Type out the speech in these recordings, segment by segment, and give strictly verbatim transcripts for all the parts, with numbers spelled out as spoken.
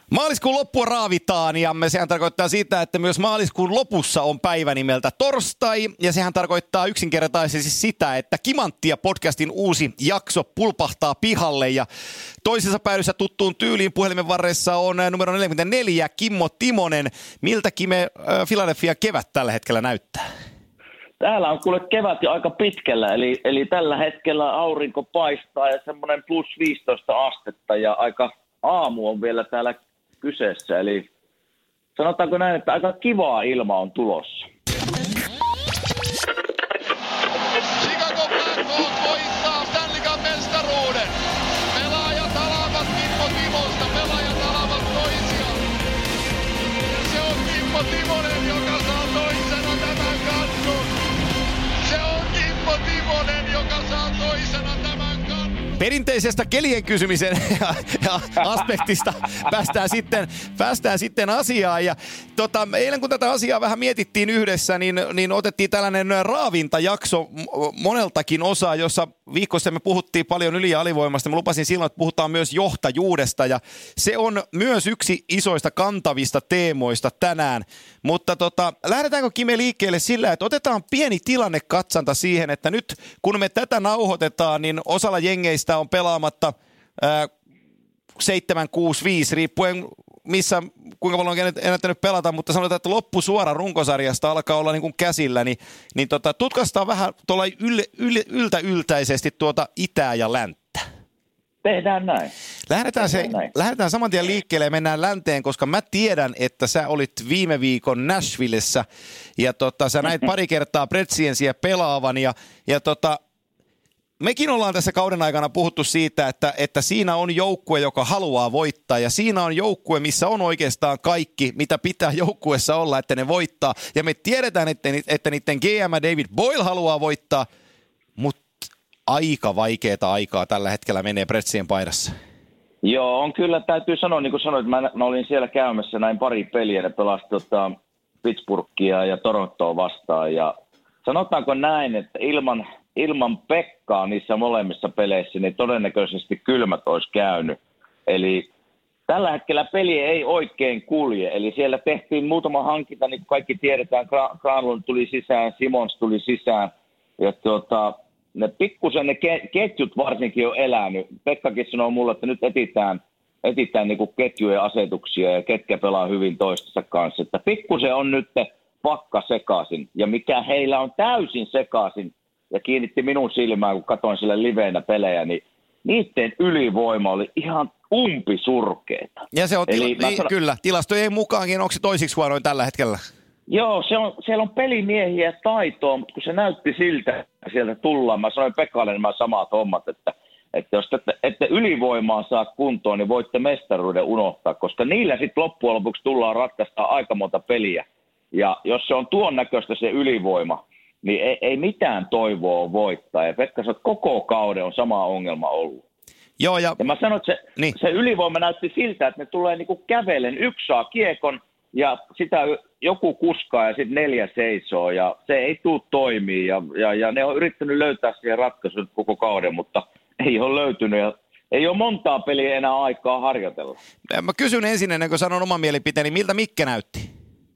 Maaliskuun loppua raavitaan ja sehän tarkoittaa sitä, että myös maaliskuun lopussa on päivä nimeltä torstai. Ja sehän tarkoittaa yksinkertaisesti sitä, että Kimanttia podcastin uusi jakso pulpahtaa pihalle. Ja toisessa päädyssä tuttuun tyyliin puhelimen varressa on numero neljäkymmentäneljä Kimmo Timonen. Miltä Kime Philadelphia kevät tällä hetkellä näyttää? Täällä on kuule kevät jo aika pitkällä, eli, eli tällä hetkellä aurinko paistaa ja semmoinen plus viisitoista astetta ja aika aamu on vielä täällä kyseessä, eli sanotaanko näin, että aika kivaa ilma on tulossa. Chicago Blackhawks voittaa Stanley Cup -mestaruuden. Pelaajat alavat Kimmo Timosta, pelaajat alavat toisiaan. Se on Kimmo Timonen, joka saa toisena tämän kannun. Se on Kimmo Timonen, joka saa toisena tämän kannun. Perinteisestä kelien kysymisen ja, ja aspektista päästään sitten, päästään sitten asiaan. Ja, tota, eilen kun tätä asiaa vähän mietittiin yhdessä, niin, niin otettiin tällainen raavintajakso moneltakin osaa, jossa viikossa me puhuttiin paljon yli- ja alivoimasta. Mä lupasin silloin, että puhutaan myös johtajuudesta ja se on myös yksi isoista kantavista teemoista tänään. Mutta tota, lähdetäänkö Kime liikkeelle sillä, että otetaan pieni tilannekatsanta siihen, että nyt kun me tätä nauhoitetaan, niin osalla jengeistä on pelaamatta ää, seitsemän kuusi viisi, riippuen missä, kuinka paljon on ennättänyt pelata, mutta sanotaan, että loppusuora runkosarjasta alkaa olla niin kuin käsillä, niin, niin tota, tutkastaan vähän tuolla yl, yl, yltä yltäisesti tuota itää ja länttä. Tehdään näin. Lähdetään, Tehdään se, näin. lähdetään saman tien liikkeelle ja mennään länteen, koska mä tiedän, että sä olit viime viikon Nashvillessä ja tota, sä näit pari kertaa Pretsiensiä pelaavan ja, ja tota, mekin ollaan tässä kauden aikana puhuttu siitä, että, että siinä on joukkue, joka haluaa voittaa ja siinä on joukkue, missä on oikeastaan kaikki, mitä pitää joukkueessa olla, että ne voittaa. Ja me tiedetään, että, että niiden G M David Boyle haluaa voittaa, mutta aika vaikeaa aikaa tällä hetkellä menee Pretsien paidassa. Joo, on kyllä, täytyy sanoa, niin kuin sanoit, mä, mä olin siellä käymässä näin pari peliä, ne pelasi tota, Pittsburghia ja Torontoa vastaan ja sanotaanko näin, että ilman, ilman Pekkaa niissä molemmissa peleissä, niin todennäköisesti kylmät olisi käynyt. Eli tällä hetkellä peli ei oikein kulje, eli siellä tehtiin muutama hankinta, niin kuin kaikki tiedetään, Granlund tuli sisään, Simons tuli sisään ja tuota, ne pikkusen ne ketjut varsinkin on elänyt. Pekkakin sanoo mulle, että nyt etitään, etitään niin kuin ketjujen asetuksia ja ketkä pelaa hyvin toistensa kanssa. Että pikkusen on nyt pakka sekaisin. Ja mikä heillä on täysin sekaisin ja kiinnitti minun silmään, kun katsoin sille liveenä pelejä, niin niiden ylivoima oli ihan umpisurkeeta. Ja se on, Eli tila- niin, sanon, kyllä, tilastojen mukaankin, onko se toisiksi huonoin tällä hetkellä? Joo, se on, siellä on pelimiehiä ja taitoa, mutta kun se näytti siltä, että sieltä tullaan, mä sanoin Pekalle nämä samat hommat, että, että jos ette, ette ylivoimaa saa kuntoon, niin voitte mestaruuden unohtaa, koska niillä sitten loppujen lopuksi tullaan ratkaista aika monta peliä. Ja jos se on tuon näköistä se ylivoima, niin ei, ei mitään toivoa voittaa. Ja Pekka sanoi, että koko kauden on sama ongelma ollut. Joo, ja... ja mä sanoin, että se, niin. se ylivoima näytti siltä, että ne tulee niinku kävelen, yksi saa kiekon, ja sitä joku kuskaa ja sitten neljä seisoo ja se ei tule toimii ja, ja, ja ne on yrittänyt löytää siihen ratkaisut koko kauden, mutta ei ole löytynyt ja ei ole montaa peliä enää aikaa harjoitella. Mä kysyn ensin ennen kuin sanon oman mielipiteeni, miltä Mikke näytti?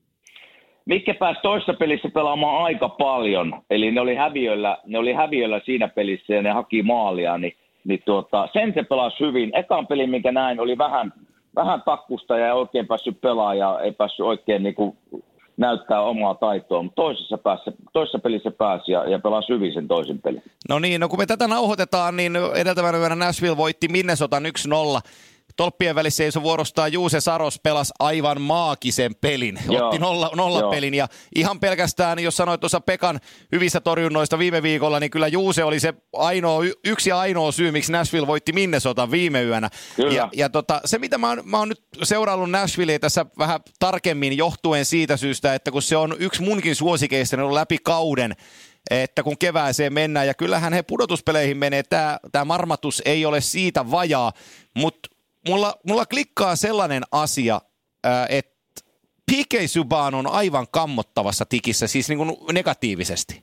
Mikke pääsi toisessa pelissä pelaamaan aika paljon, eli ne oli häviöllä, ne oli häviöllä siinä pelissä ja ne haki maalia, niin, niin tuota, sen se pelasi hyvin. Ekan peli, minkä näin, oli vähän... Vähän takkusta ja ei oikein päässyt pelaamaan ja ei päässyt oikein niin kuin näyttää omaa taitoa, mutta toisessa, päässä, toisessa pelissä pääsi ja, ja pelasi hyvin sen toisen pelin. No niin, no kun me tätä nauhoitetaan, niin edeltävänä yönä Nashville voitti Minnesotan yksi nolla. Tolppien välissä seisoi vuorostaan Juuse Saros, pelasi aivan maagisen pelin. Joo. Otti nolla, nolla Joo. pelin ja ihan pelkästään, jos sanoit tuossa Pekan hyvistä torjunnoista viime viikolla, niin kyllä Juuse oli se ainoa, yksi ja ainoa syy, miksi Nashville voitti Minnesotan viime yönä. Kyllä. Ja, ja tota, se, mitä mä oon, mä oon nyt seuraillut Nashvillea tässä vähän tarkemmin johtuen siitä syystä, että kun se on yksi munkin suosikeista, ne on läpi kauden, että kun kevääseen mennään, ja kyllähän he pudotuspeleihin menee, tämä, tämä marmatus ei ole siitä vajaa, mutta Mulla, mulla klikkaa sellainen asia, että P K Subban on aivan kammottavassa tikissä, siis niin kuin negatiivisesti.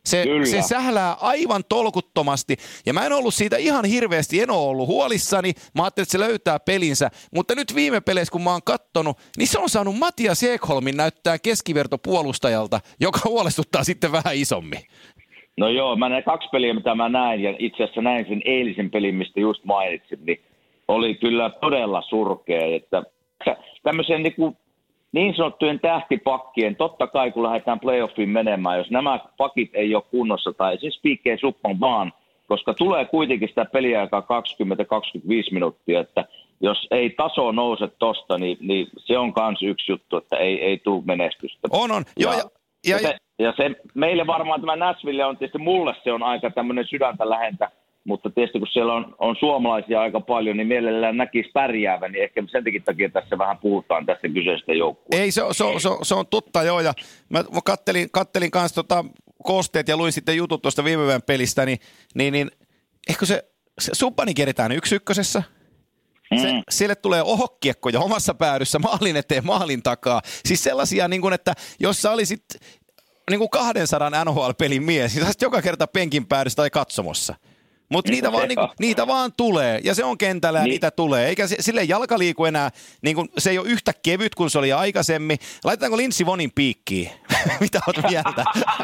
Se, se sählää aivan tolkuttomasti. Ja mä en ollut siitä ihan hirveästi, en ole ollut huolissani. Mä ajattelin, että se löytää pelinsä. Mutta nyt viime peleissä, kun mä oon kattonut, niin se on saanut Matias Ekholmin näyttää keskivertopuolustajalta, joka huolestuttaa sitten vähän isommin. No joo, mä näin kaksi peliä, mitä mä näin, ja itse asiassa näin sen eilisen pelin, mistä just mainitsin, niin oli kyllä todella surkea. Että tämmöisen niin kuin niin sanottujen tähtipakkien, totta kai kun lähdetään playoffiin menemään, jos nämä pakit ei ole kunnossa, tai siis P K Subban vaan, koska tulee kuitenkin sitä peliaikaa kaksikymmentä kaksikymmentäviisi minuuttia, että jos ei taso nouse tosta, niin, niin se on myös yksi juttu, että ei, ei tule menestystä. On, on. Ja, Joo, ja, ja, ja, se, ja se, meille varmaan tämä Nashville on tietysti, mulle se on aika tämmöinen sydäntä lähentä, mutta tietysti kun siellä on, on suomalaisia aika paljon, niin mielellään näkisi pärjäävän, niin ehkä sen takia tässä vähän puhutaan tästä kyseisestä joukkueesta. Ei, se, se, se, se on totta joo, ja mä, mä kattelin, kattelin kanssa tota koosteet ja luin sitten jutut tuosta viime päivän pelistä, niin, niin, niin ehkä se, se Subbani keritään yksi ykkösessä, se, mm. sille tulee ohokiekkoja omassa päädyssä maalin eteen maalin takaa, siis sellaisia, niin kuin, että jos sä olisit niin kuin kahdensadan N H L-pelin mies, niin sä olisit joka kerta penkin päädyssä tai katsomossa. Mutta niitä, vaan, niinku, niitä vaan tulee, ja se on kentällä ja niin. niitä tulee. Eikä se, sille jalka liiku enää, niinku, se ei ole yhtä kevyt kuin se oli aikaisemmin. Laitetaanko Lindsey Vonnin piikkiin? Mitä oot mieltä?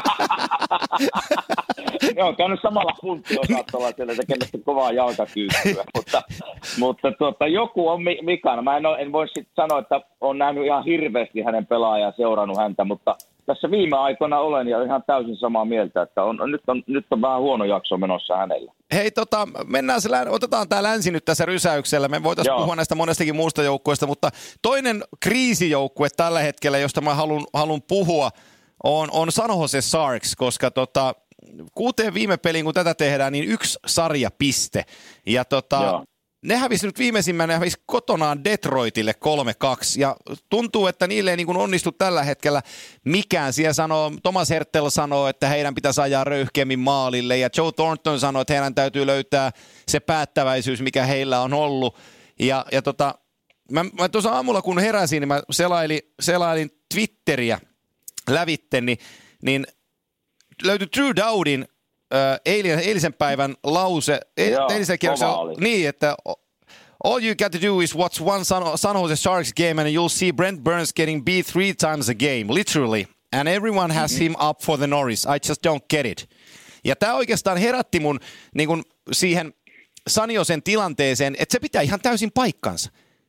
Joo, käynyt samalla punttiosastolla siellä tekemässä kovaa jalkakyykyä, mutta, mutta tuota, joku on Mikana. Mä en, ole, en voi sitten sanoa, että olen nähnyt ihan hirveästi hänen pelaajaa ja seurannut häntä, mutta tässä viime aikoina olen ja ihan täysin samaa mieltä, että on, nyt, on, nyt on vähän huono jakso menossa hänellä. Hei, tota, mennään se, otetaan tämä länsi nyt tässä rysäyksellä. Me voitaisiin puhua näistä monestakin muusta joukkueesta, mutta toinen kriisijoukkue tällä hetkellä, josta mä haluan, haluan puhua, on, on San Jose Sharks, koska tota, kuuteen viime peliin, kun tätä tehdään, niin yksi sarjapiste. Ja tota, ne hävisi nyt viimeisimmän, ne hävisi kotonaan Detroitille kolme kaksi, ja tuntuu, että niille ei niin kuin onnistu tällä hetkellä mikään. Siellä sanoo, Thomas Hertel sanoo, että heidän pitäisi ajaa röyhkeämmin maalille, ja Joe Thornton sanoo, että heidän täytyy löytää se päättäväisyys, mikä heillä on ollut. Ja, ja tota, mä, mä tuossa aamulla, kun heräsin, niin mä selailin, selailin Twitteriä lävitte, niin, niin löytyi Drew Dowdin Eilisen, eilisen päivän lause, Joo, eilisen kierroksella, niin, että all you got to do is watch one San, San Jose Sharks game and you'll see Brent Burns getting beat three times a game, literally. And everyone has mm-hmm. him up for the Norris. I just don't get it. Ja tämä oikeastaan herätti mun niin kun siihen San Josen tilanteeseen, että se pitää ihan täysin paikkansa.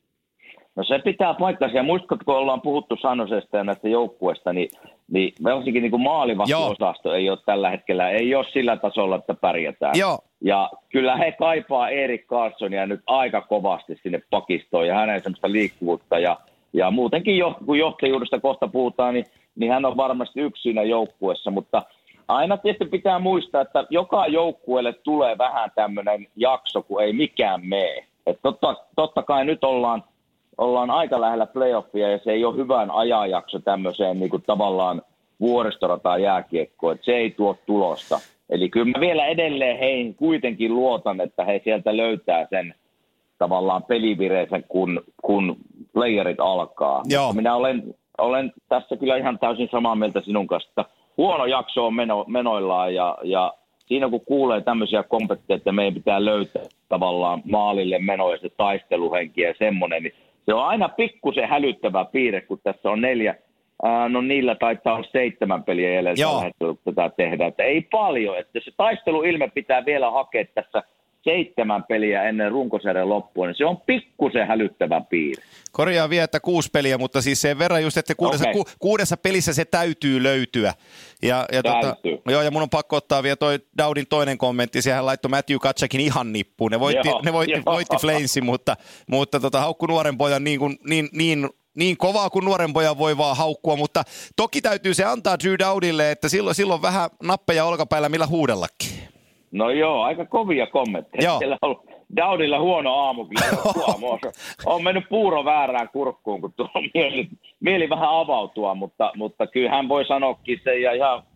No se pitää paikkansa. Ja muistatko, kun ollaan puhuttu San Josesta ja näistä joukkueista, niin, niin varsinkin niin maalivahtiosasto ei ole tällä hetkellä, ei ole sillä tasolla, että pärjätään. Joo. Ja kyllä he kaipaa Erik Karlssonia nyt aika kovasti sinne pakistoon ja hänen semmoista liikkuvuutta. Ja, ja muutenkin, jo, kun johtajuudesta kohta puhutaan, niin, niin hän on varmasti yksi siinä joukkueessa. Mutta aina tietysti pitää muistaa, että joka joukkueelle tulee vähän tämmöinen jakso, kun ei mikään mene. Että totta, totta kai nyt ollaan Ollaan aika lähellä playoffia ja se ei ole hyvän ajanjakso tämmöiseen niin kuin tavallaan vuoristorataan jääkiekkoon, että se ei tuo tulosta. Eli kyllä mä vielä edelleen heihin kuitenkin luotan, että he sieltä löytää sen tavallaan pelivireisen, kun, kun playerit alkaa. Joo. Minä olen, olen tässä kyllä ihan täysin samaa mieltä sinun kanssa, että huono jakso on meno, menoillaan ja, ja siinä kun kuulee tämmöisiä kommentteja, että meidän pitää löytää tavallaan maalille meno ja se taisteluhenki ja semmoinen, niin se on aina pikkusen hälyttävä piirre, kun tässä on neljä, ää, no niillä taitaa olla seitsemän peliä jäljellä tällä hetkellä, kun tätä tehdään. Että ei paljon, että se taisteluilme pitää vielä hakea tässä seitsemän peliä ennen runkosarjan loppua, niin se on pikkusen hälyttävä piirre. Korjaa vielä, että kuusi peliä, mutta siis sen verran just, että kuudessa, okay. ku, kuudessa pelissä se täytyy löytyä. Ja, ja, tota, joo, ja mun on pakko ottaa vielä toi Dowdin toinen kommentti, siihen laittoi Matthew Tkachukkin ihan nippuun. Ne voitti, joo, ne voitti, voitti Flamesin, mutta, mutta tota, haukku nuoren pojan niin, kuin, niin, niin, niin kovaa kuin nuoren pojan voi vaan haukkua, mutta toki täytyy se antaa Drew Dowdille, että silloin, silloin vähän nappeja olkapäillä millä huudellakin. No joo, aika kovia kommentteja. Joo. Siellä on Dowdilla huono aamu kyllä. On mennyt puuro väärään kurkkuun, kun tuo mieli, mieli vähän avautua, mutta, mutta kyllä hän voi sanoakin sen ja ihan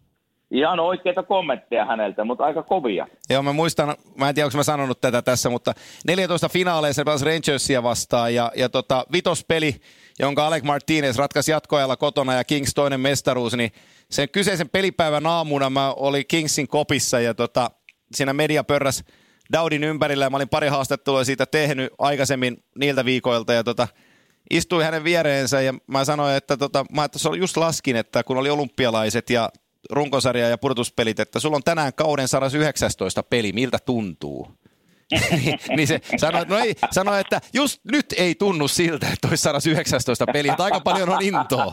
ihan oikeita kommentteja häneltä, mutta aika kovia. Joo, mä muistan, mä en tiedä, onko mä sanonut tätä tässä, mutta neljätoista finaaleissa pelasi Rangersia vastaan ja, ja tota, vitospeli, jonka Alec Martinez ratkaisi jatkoajalla kotona ja Kings toinen mestaruus, niin sen kyseisen pelipäivän aamuna mä olin Kingsin kopissa ja tota, siinä media pörräs Dowdin ympärillä ja mä olin pari haastattelua siitä tehnyt aikaisemmin niiltä viikoilta ja tota, istuin hänen viereensä ja mä sanoin, että tota, mä just laskin, että kun oli olympialaiset ja runkosarja ja pudotuspelit, että sulla on tänään kauden sata yhdeksäntoista peli, miltä tuntuu? niin se sanoi, no ei, sanoi, että just nyt ei tunnu siltä, että olisi sata yhdeksäntoista peliä, että aika paljon on intoa.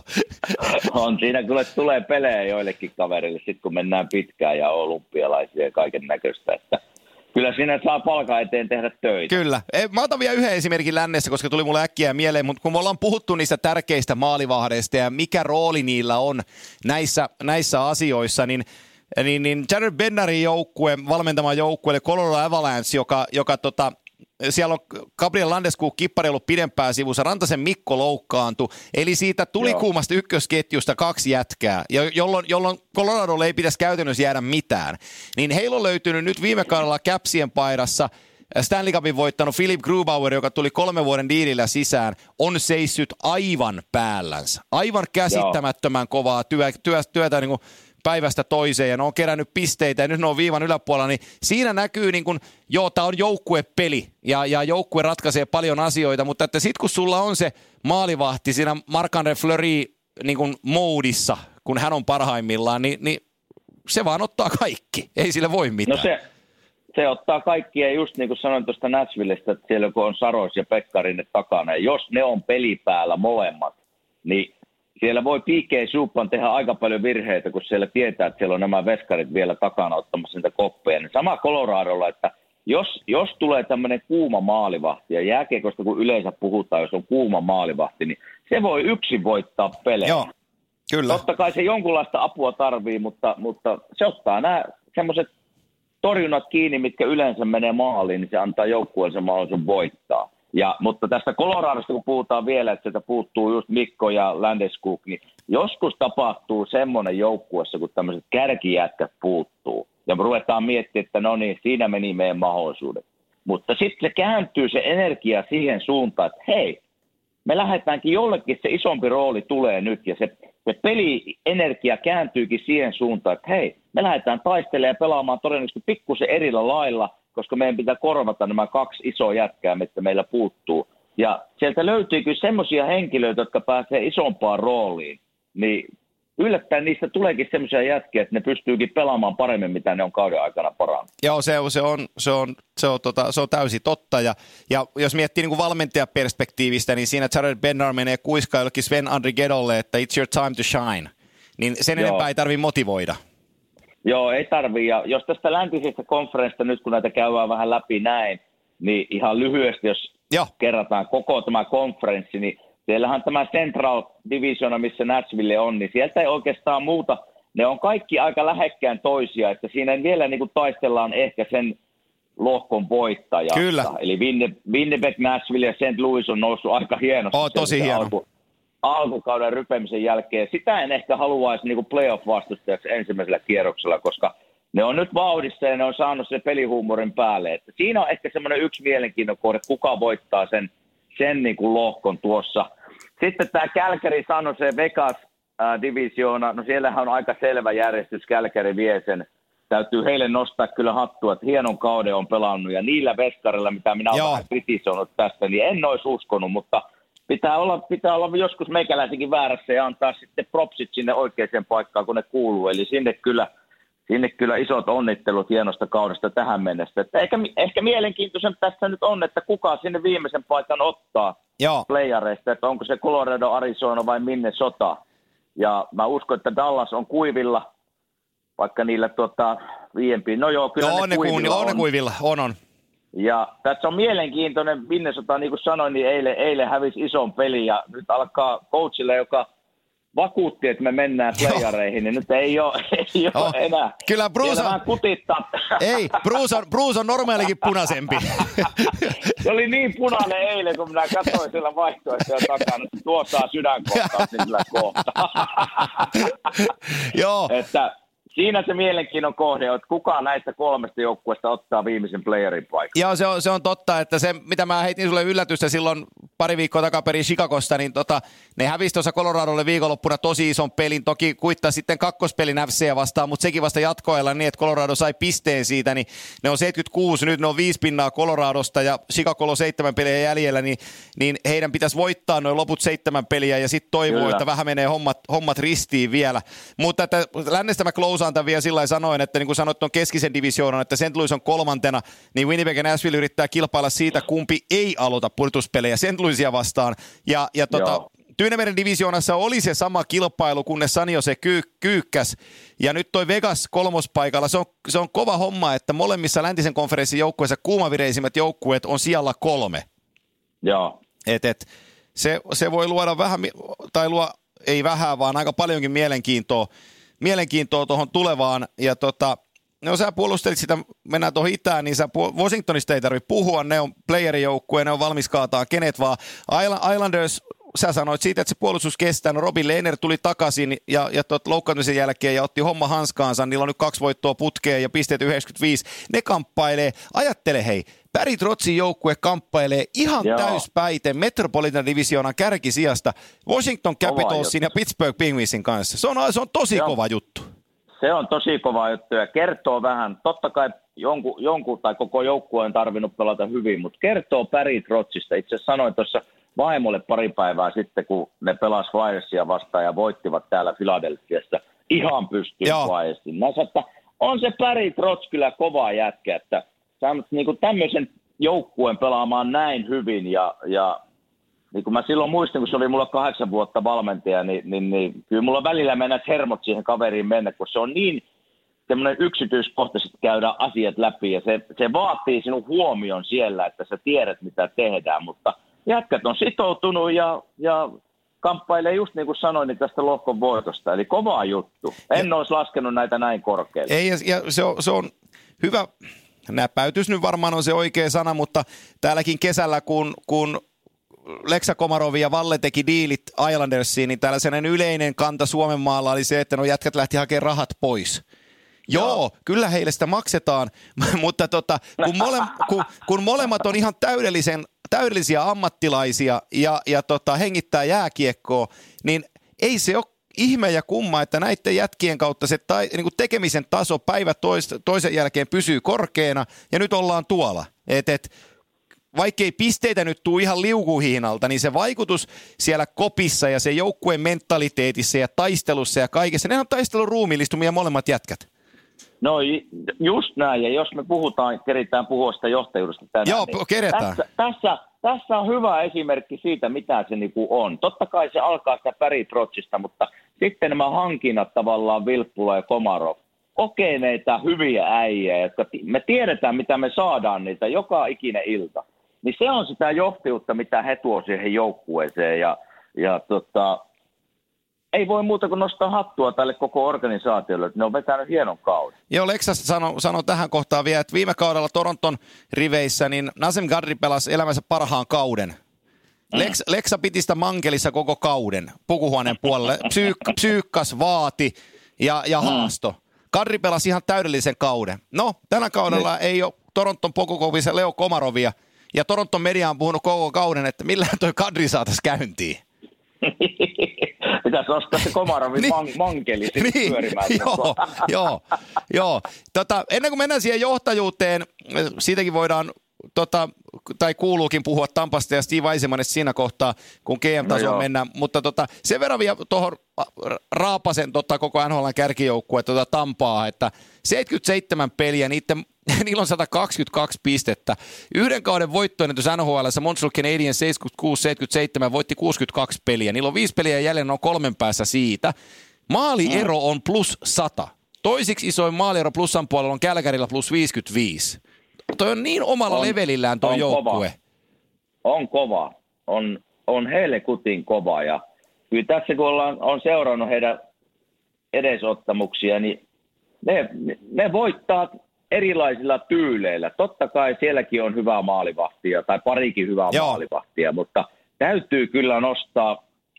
On siinä, kun tulee pelejä joillekin kaverille, sitten kun mennään pitkään ja olympialaisia ja kaiken näköistä, että kyllä siinä saa palkan eteen tehdä töitä. Kyllä. Mä otan vielä yhden esimerkin lännessä, koska tuli mulle äkkiä mieleen, mutta kun me ollaan puhuttu niistä tärkeistä maalivahdeista ja mikä rooli niillä on näissä, näissä asioissa, niin Niin, niin Jared Bednarin joukkue, valmentama joukkue, eli Colorado Avalanche, joka, joka tota, siellä on Gabriel Landeskog kippari ollut pidempään sivussa, Rantasen Mikko loukkaantui, eli siitä tulikuumasta ykkösketjusta kaksi jätkää, jolloin, jolloin Coloradolle ei pitäisi käytännössä jäädä mitään. Niin heillä on löytynyt nyt viime kaudella Capsien paidassa Stanley Cupin voittanut Philip Grubauer, joka tuli kolmen vuoden diilillä sisään, on seissyt aivan päällänsä. Aivan käsittämättömän Joo. kovaa työ, työ, työtä niin kuin päivästä toiseen ja ne on kerännyt pisteitä ja nyt ne on viivan yläpuolella, niin siinä näkyy niin kuin, joo, tää on joukkuepeli ja, ja joukkue ratkaisee paljon asioita, mutta että sit kun sulla on se maalivahti siinä Marc-Andre Fleury niin kuin moodissa, kun hän on parhaimmillaan, niin, niin se vaan ottaa kaikki, ei sille voi mitään. No se, se ottaa kaikki ja just niin kuin sanoin tuosta Nashvillestä, että siellä kun on Saros ja Pekkarinen takana, ja jos ne on pelipäällä molemmat, niin siellä voi P K Subban tehdä aika paljon virheitä, kun siellä tietää, että siellä on nämä veskarit vielä takana ottamassa niitä koppeja. Niin sama Coloradolla, että jos, jos tulee tämmöinen kuuma maalivahti, ja jääkiekosta kun yleensä puhutaan, jos on kuuma maalivahti, niin se voi yksin voittaa pelejä. Joo, kyllä. Totta kai se jonkunlaista apua tarvii, mutta, mutta se ottaa nämä semmoiset torjunnat kiinni, mitkä yleensä menee maaliin, niin se antaa joukkueelle sen mahdollisuuden voittaa. Ja, mutta tästä Coloradosta, kun puhutaan vielä, että sieltä puuttuu just Mikko ja Landeskog, niin joskus tapahtuu semmoinen joukkuessa, kun tämmöiset kärkijätkät puuttuu. Ja me ruvetaan miettimään, että no niin, siinä meni meidän mahdollisuudet. Mutta sitten se kääntyy se energia siihen suuntaan, että hei, me lähdetäänkin jollekin, se isompi rooli tulee nyt. Ja se, se pelienergia kääntyykin siihen suuntaan, että hei, me lähdetään taistelemaan ja pelaamaan todennäköisesti pikkusen erillä lailla, koska meidän pitää korvata nämä kaksi isoa jätkää, mitkä meillä puuttuu. Ja sieltä löytyy kyllä semmoisia henkilöitä, jotka pääsee isompaan rooliin. Niin yllättäen niistä tuleekin semmoisia jätkiä, että ne pystyykin pelaamaan paremmin, mitä ne on kauden aikana parannut. Joo, se on, se on, se on, se on, tota, se on täysin totta. Ja, ja jos miettii niin kuin valmentajaperspektiivistä, niin siinä Jared Bednar menee kuiskaan jollekin Sven Andrigedolle, että it's your time to shine. Niin sen Joo. enempää ei tarvitse motivoida. Joo, ei tarvii. Ja jos tästä läntisestä konferenssista nyt, kun näitä käydään vähän läpi näin, niin ihan lyhyesti, jos Joo. kerrataan koko tämä konferenssi, niin siellähän tämä Central Divisiona, missä Nashville on, niin sieltä ei oikeastaan muuta. Ne on kaikki aika lähekkään toisia, että siinä vielä niin kuin taistellaan ehkä sen lohkon voittajasta. Kyllä. Eli Winnipeg, Nashville ja Saint Louis on noussut aika hienosti. Oh, tosi hieno. Alku, alkukauden rypemisen jälkeen. Sitä en ehkä haluaisi niin kuin playoff-vastustajaksi ensimmäisellä kierroksella, koska ne on nyt vauhdissa ja ne on saanut sen pelihuumorin päälle. Että siinä on ehkä semmoinen yksi mielenkiinnon kohde, kuka voittaa sen, sen niin kuin lohkon tuossa. Sitten tämä Calgary San Jose Vegas äh, divisioona, no siellähän on aika selvä järjestys, Calgary vie sen. Täytyy heille nostaa kyllä hattua, että hienon kauden on pelannut ja niillä veskarilla, mitä minä olen vähän kritisoinut tästä, niin en olisi uskonut, mutta pitää olla, pitää olla joskus meikäläisenkin väärässä ja antaa sitten propsit sinne oikeaan paikkaan, kun ne kuuluu. Eli sinne kyllä, sinne kyllä isot onnittelut hienosta kaudesta tähän mennessä. Että ehkä, ehkä mielenkiintoisen tässä nyt on, että kuka sinne viimeisen paikan ottaa Joo. playareista, että onko se Colorado, Arizona vai Minnesota. Ja mä uskon, että Dallas on kuivilla, vaikka niillä tuota, viiempiin. No joo, kyllä no, ne, ne kuivilla on. on. Ne kuivilla, on, on. Ja tässä on mielenkiintoinen, Minnesota, niin kuin sanoin, niin eilen, eilen hävisi ison pelin ja nyt alkaa coachille, joka vakuutti, että me mennään playareihin, niin nyt ei ole, ei ole oh. enää. Kyllä Bruce on... kutittaa. Ei, Bruce on, Bruce on normaalikin punaisempi. Se oli niin punainen eilen, kun minä katsoin siellä vaihtoehtoja takana, että tuottaa sydänkohtaa sillä kohtaa. Joo. Että siinä se mielenkiinnon kohde on, että kuka näistä kolmesta joukkueesta ottaa viimeisen playerin paikan. Joo, se on, se on totta, että se, mitä mä heitin sulle yllätystä silloin pari viikkoa takaperin Chicagosta, niin tota, ne hävisi tuossa Coloradolle viikonloppuna tosi ison pelin. Toki kuittaa sitten kakkospelin F C:ä vastaan, mutta sekin vasta jatkoajalla niin, että Colorado sai pisteen siitä, niin ne on seitsemänkymmentäkuusi, nyt ne on viisi pinnaa Coloradosta ja Chicago on seitsemän peliä jäljellä, niin, niin heidän pitäisi voittaa noin loput seitsemän peliä ja sitten toivoo, Kyllä. että vähän menee hommat, hommat ristiin vielä. Mutta että lännestä mä klousaan tämän vielä sillä sanoen, että niin kuin sanoit tuon keskisen divisioonan, että Saint Louis on kolmantena, niin Winnipeg ja Nashville yrittää kilpailla siitä, kumpi ei aloita pudotuspelejä Saint Louisia vastaan. Ja, ja tota, Tyynemeren divisioonassa oli se sama kilpailu, kunnes San Jose kyy, kyykkäs. Ja nyt toi Vegas kolmospaikalla, se on, se on kova homma, että molemmissa läntisen konferenssin joukkueissa kuumavireisimmät joukkueet on sijalla kolme. Joo. Et, et, se, se voi luoda vähän, tai luo, ei vähän, vaan aika paljonkin mielenkiintoa, mielenkiintoa tuohon tulevaan. Ja tota, no sä puolustelit sitä, mennään tuohon itään, niin sä Washingtonista ei tarvitse puhua, ne on playerijoukkue, ne on valmis kaataa kenet vaan. Islanders, sä sanoit siitä, että se puolustus kestää, no Robin Lehner tuli takaisin ja, ja tot loukkaantumisen jälkeen ja otti homma hanskaansa, niillä on nyt kaksi voittoa putkeen ja pisteet yhdeksänkymmentäviisi, ne kamppailee, ajattele hei, Barry Trotzin joukkue kamppailee ihan Joo. täyspäiten Metropolitan Divisioonan kärkisijasta Washington Capitalsin ja Pittsburgh Penguinsin kanssa. Se on, se on tosi Joo. kova juttu. Se on tosi kova juttu ja kertoo vähän, totta kai jonkun, jonkun tai koko joukkue on tarvinnut pelata hyvin, mutta kertoo Barry Trotzista. Itse asiassa sanoin tuossa vaimolle pari päivää sitten, kun ne pelasivat Flyersia vastaan ja voittivat täällä Philadelphiassa ihan pystyyn Flyersin. Mä sanoin, että on se Barry Trotz kyllä kova jätkä, että niin tämmöisen joukkueen pelaamaan näin hyvin ja, ja niin kuin mä silloin muistin, kun se oli mulla kahdeksan vuotta valmentaja, niin, niin, niin kyllä mulla välillä mennät hermot siihen kaveriin mennä, kun se on niin semmoinen yksityiskohtaisesti käydä asiat läpi ja se, se vaatii sinun huomion siellä, että sä tiedät mitä tehdään, mutta jätkät on sitoutunut ja, ja kamppailee just niin kuin sanoin niin tästä lohkon voitosta, eli kovaa juttu. En ja, olisi laskenut näitä näin korkealle. Ei, ja, ja se, on, se on hyvä, näpäytys nyt varmaan on se oikea sana, mutta täälläkin kesällä, kun, kun Leksa Komarovi ja Valle teki diilit Islandersiin, niin tällainen yleinen kanta Suomen maalla oli se, että no jätkät lähti hakemaan rahat pois. Joo, Joo, kyllä heille sitä maksetaan, mutta tota, kun, mole, kun, kun molemmat on ihan täydellisen, täydellisiä ammattilaisia ja, ja tota, hengittää jääkiekkoa, niin ei se ole ihme ja kumma, että näiden jätkien kautta se tai, niin kuin tekemisen taso päivä tois, toisen jälkeen pysyy korkeana ja nyt ollaan tuolla. Et, et, vaikkei pisteitä nyt tule ihan liukuhiinalta, niin se vaikutus siellä kopissa ja se joukkueen mentaliteetissa ja taistelussa ja kaikessa, ne on taistelun ruumiillistumia molemmat jätkät. No just näin, ja jos me puhutaan, keritään puhua sitä johtajuudesta tänään. Joo, niin keretään. Tässä, tässä, tässä on hyvä esimerkki siitä, mitä se niinku on. Totta kai se alkaa sitä Barry Trotzista, mutta sitten nämä hankinnat tavallaan Vilppula ja Komarov. Kokeneita hyviä äijä, jotka me tiedetään, mitä me saadaan niitä joka ikinen ilta. Niin se on sitä johtajuutta, mitä he tuo siihen joukkueeseen ja, ja tota, ei voi muuta kuin nostaa hattua tälle koko organisaatiolle, että ne on vetänyt hienon kauden. Joo, Leksas sanoi sano tähän kohtaan vielä, että viime kaudella Toronton riveissä, niin Nazem Kadri pelasi elämänsä parhaan kauden. Leks, Leksa piti sitä mankelissa koko kauden, pukuhuoneen puolelle, Psyyk, psyykkas, vaati ja, ja haasto. Kadri pelasi ihan täydellisen kauden. No, tänä kaudella ne. Ei ole Toronton pokukovissa Leo Komarovia, ja Toronton media on puhunut koko kauden, että millään toi Kadri saataisiin käyntiin. Pitäisi nostaa se Komarovin niin, man- mankeli niin, pyörimään. Joo, joo, joo. Tota, ennen kuin mennään siihen johtajuuteen, siitäkin voidaan, tota, tai kuuluukin puhua Tampasta ja Steve Eisenmanista siinä kohtaa, kun G M-tasoon no mennään. Mutta tota, sen verran vielä tuohon raapasen tota, koko N H L:n kärkijoukkue tota Tampaa, että seitsemänkymmentäseitsemän peliä, niiden, niillä on sata kaksikymmentäkaksi pistettä. Yhden kauden voittoennätys N H L:ssä Montreal Canadiens seitsemänkymmentäkuusi seitsemänkymmentäseitsemän voitti kuusikymmentäkaksi peliä. Niillä on viisi peliä jäljellä, on kolmen päässä siitä. Maaliero on plus sata. Toisiksi isoin maaliero plussan puolella on Calgarylla plus viisikymmentäviisi. Toi on niin omalla on, levelillään tuo joukkue. On kova. On, on helkutin kova. Ja kyllä tässä kun ollaan, on seurannut heidän edesottamuksia, niin ne, ne voittaa erilaisilla tyyleillä. Totta kai sielläkin on hyvää maalivahtia tai parikin hyvää Joo. maalivahtia, mutta täytyy kyllä nostaa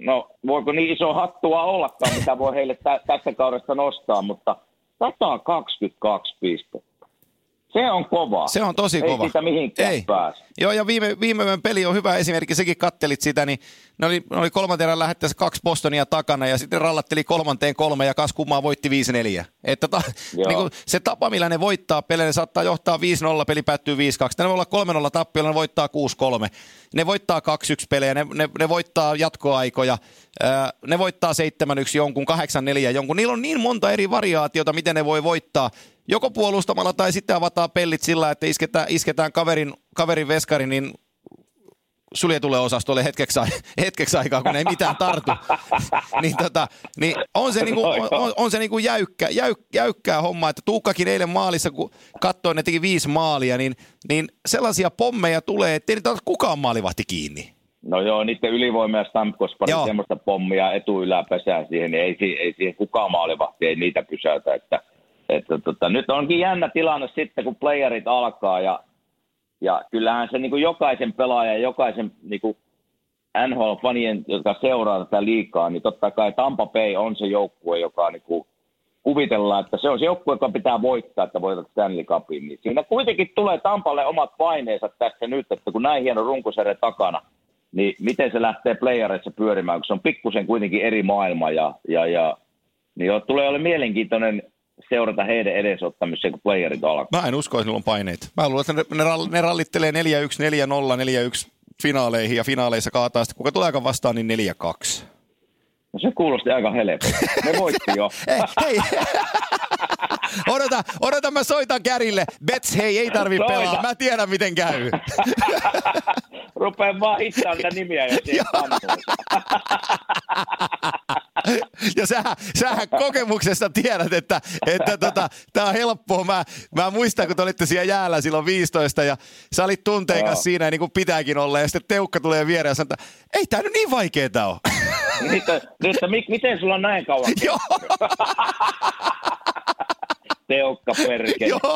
no voiko niin iso hattua ollakaan, mitä voi heille tä- tästä kaudesta nostaa, mutta sata kaksikymmentäkaksi pistettä. Se on kova. Se on tosi Ei kova. Ei siitä mihinkään Ei. pääse. Joo, ja viime, viime yön peli on hyvä esimerkki. Sekin kattelit sitä, niin ne oli, ne oli kolmanteen erään lähettäessä kaksi Bostonia takana, ja sitten rallatteli kolmanteen kolme, ja kas kummaa voitti viisi neljä. Että ta, niin kuin se tapa, millä ne voittaa pelejä, ne saattaa johtaa viisi nolla, peli päättyy viisi kaksi. Ne voi olla kolme nolla tappiolla, ne voittaa kuusi kolme. Ne voittaa kaksi yksi pelejä, ne, ne, ne voittaa jatkoaikoja, ää, ne voittaa seitsemän yksi jonkun, kahdeksan neljä jonkun. Niillä on niin monta eri variaatiota, miten ne voi voittaa. Joko puolustamalla tai sitten avataan pellit sillä, että isketään, isketään kaverin, kaverin veskari, niin suljetulle osastolle hetkeksi, hetkeksi aikaa, kun ei mitään tartu. niin, tota, niin on se, niinku, on, on se niinku jäykkä, jäyk, jäykkää hommaa, että Tuukkakin eilen maalissa, kun katsoin, ne teki viisi maalia, niin, niin sellaisia pommeja tulee, ettei niitä ole kukaan maalivahti kiinni. No joo, niiden ylivoimia Stamkos pari semmoista pommia etuyläpesään siihen, niin ei, ei siihen kukaan maalivahti, ei niitä pysäytä, että Että, tota, nyt onkin jännä tilanne sitten, kun playerit alkaa ja, ja kyllähän se niin kuin jokaisen pelaajan, jokaisen niin kuin N H L-fanien, jotka seuraa tätä liigaa, niin totta kai Tampa Bay on se joukkue, joka niin kuin kuvitellaan, että se on se joukkue, joka pitää voittaa, että voitat Stanley Cupin. Niin siinä kuitenkin tulee Tampalle omat paineensa tässä nyt, että kun näin hieno runkosarja takana, niin miten se lähtee playereissa pyörimään, kun se on pikkusen kuitenkin eri maailma ja, ja, ja niin jo, tulee olla mielenkiintoinen seurata heidän edesottamiseen, kun playerit alkaa. Mä en usko, että niillä on paineita. Mä luulen, että ne, ne rallittelee neljä yksi, neljä nolla, neljä yksi finaaleihin ja finaaleissa kaataa sitten. Kuka tulee aika vastaan, niin neljä kaksi. No se kuulosti aika helpolta. Ne voitti jo. Hei, odota, odota, mä soitan Kärille. Bets, hei, ei tarvi Soita. pelaa. Mä tiedän, miten käy. Rupeen vaan hittaan niitä nimiä, jos ei ja sähän, sähän kokemuksesta tiedät, että, että tota, tää on helppoa. Mä, mä muistan, kun te olitte siellä jäällä silloin viisitoista ja sä olit tunteen kanssa siinä, niin kuin pitääkin olla. Ja sitten Teukka tulee viereen ja sanoo, että ei tää nyt niin vaikeeta ole. Nyt, nyt, miten sulla on näin kauan? Joo. Teukka perkele. Joo,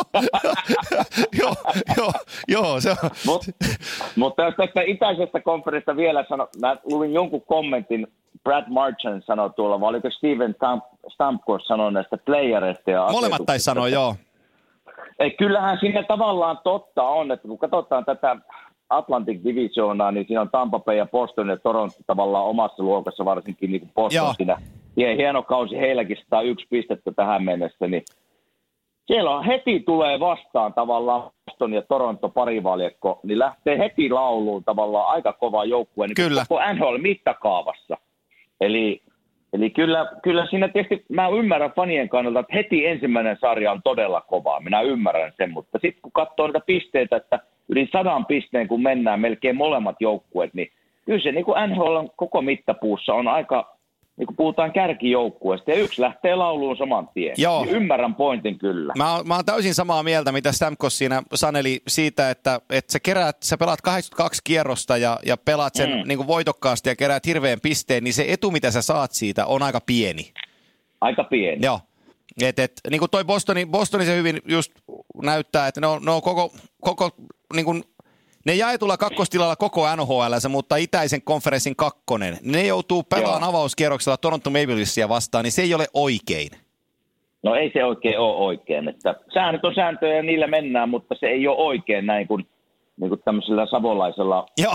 joo, joo, joo, se on. Mutta mut tästä itäisestä konferenssista vielä sano, mä luin jonkun kommentin, Brad Marchand sanoi tuolla, vai oliko Steven Stamkos sanoi näistä playereista ja molemmat taisi sanoa, joo. Ei, kyllähän siinä tavallaan totta on, että kun katsotaan tätä Atlantic Divisionaa, niin siinä on Tampa Bay ja Boston ja Toronto tavallaan omassa luokassa, varsinkin niin kuin Boston joo. Siinä. Ja hieno kausi heilläkin sata yksi pistettä tähän mennessä, niin siellä on heti tulee vastaan tavallaan Boston ja Toronto parivaljakko, niin lähtee heti lauluun tavallaan aika kova joukkue niin koko N H L-mittakaavassa. Eli, eli kyllä, kyllä siinä tietysti, mä ymmärrän fanien kannalta, että heti ensimmäinen sarja on todella kovaa. Minä ymmärrän sen, mutta sitten kun katsoo niitä pisteitä, että yli sadan pisteen kun mennään melkein molemmat joukkueet, niin kyllä se niin kuin N H L koko mittapuussa on aika, niin kuin puhutaan kärkijoukkueesta, ja yksi lähtee lauluun saman tien. Joo. Niin ymmärrän pointin kyllä. Mä oon, mä oon täysin samaa mieltä, mitä Stamkos siinä saneli siitä, että, että sä, keräät, sä pelaat kahdeksankymmentäkaksi kierrosta ja, ja pelaat sen mm. niin kuin voitokkaasti ja keräät hirveän pisteen, niin se etu, mitä sä saat siitä, on aika pieni. Aika pieni. Joo. Et, et, niin kuin toi Bostoni, Bostoni se hyvin just näyttää, että ne on, ne on koko, koko niin kuin ne jaetulla kakkostilalla koko N H L, mutta itäisen konferenssin kakkonen. Ne joutuu pelaamaan Joo. avauskierroksella Toronto Maple Leafsia vastaan, niin se ei ole oikein. No ei se oikein ole oikein. Että säännöt on sääntöjä ja niillä mennään, mutta se ei ole oikein näin kuin, niin kuin tämmöisellä savolaisella Joo.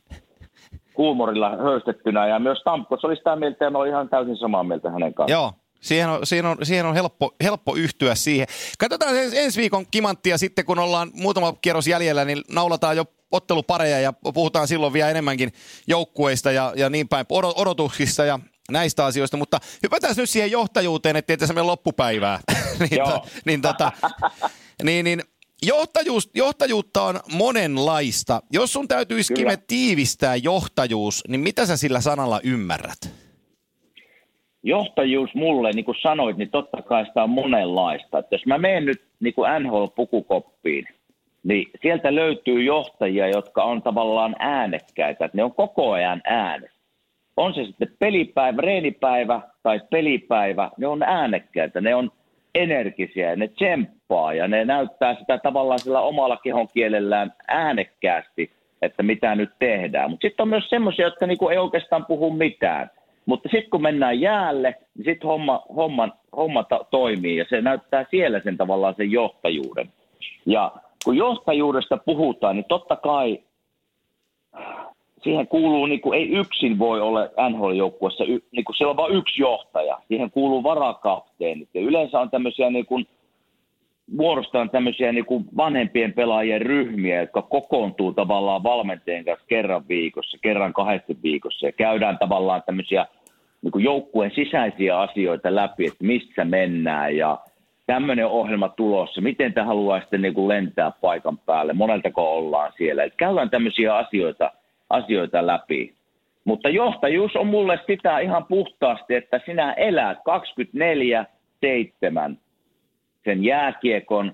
huumorilla höystettynä. Ja myös Stamkos oli sitä mieltä ja mä olin ihan täysin samaa mieltä hänen kanssaan. Joo. Siihen on, siihen on, siihen on helppo, helppo yhtyä siihen. Katsotaan ensi viikon kimanttia sitten, kun ollaan muutama kierros jäljellä, niin naulataan jo ottelupareja ja puhutaan silloin vielä enemmänkin joukkueista ja, ja niin päin odotuksista ja näistä asioista, mutta hypätään nyt siihen johtajuuteen, ettei tässä mene loppupäivää. niin, to, niin, tota, niin, niin johtajuus, johtajuutta on monenlaista. Jos sun täytyisi Kime tiivistää johtajuus, niin mitä sä sillä sanalla ymmärrät? Johtajuus mulle, niin kuin sanoit, niin totta kai sitä on monenlaista. Että jos mä menen nyt niin kuin N H L-pukukoppiin, niin sieltä löytyy johtajia, jotka on tavallaan äänekkäitä. Että ne on koko ajan äänessä. On se sitten pelipäivä, reenipäivä tai pelipäivä, ne on äänekkäitä, ne on energisiä, ne tsemppaa ja ne näyttää sitä tavallaan sillä omalla kehon kielellään äänekkäästi, että mitä nyt tehdään. Mutta sitten on myös semmoisia, jotka niinku ei oikeastaan puhu mitään. Mutta sitten kun mennään jäälle, niin sitten homma, homma, homma ta- toimii ja se näyttää siellä sen tavallaan sen johtajuuden. Ja kun johtajuudesta puhutaan, niin totta kai siihen kuuluu, niin kuin ei yksin voi olla N H L-joukkueessa, niin kuin siellä on vain yksi johtaja. Siihen kuuluu varakapteenit ja yleensä on tämmöisiä niin kuin muodostaan tämmöisiä niin kuin vanhempien pelaajien ryhmiä, jotka kokoontuu tavallaan valmentajien kanssa kerran viikossa, kerran kahdesti viikossa ja käydään tavallaan tämmöisiä niin kuin joukkueen sisäisiä asioita läpi, että missä mennään ja tämmöinen ohjelma tulossa, miten te haluaisitte niin kuin lentää paikan päälle, moneltako ollaan siellä. Että käydään tämmöisiä asioita, asioita läpi. Mutta johtajuus on mulle sitä ihan puhtaasti, että sinä elät kaksikymmentäneljä seitsemän sen jääkiekon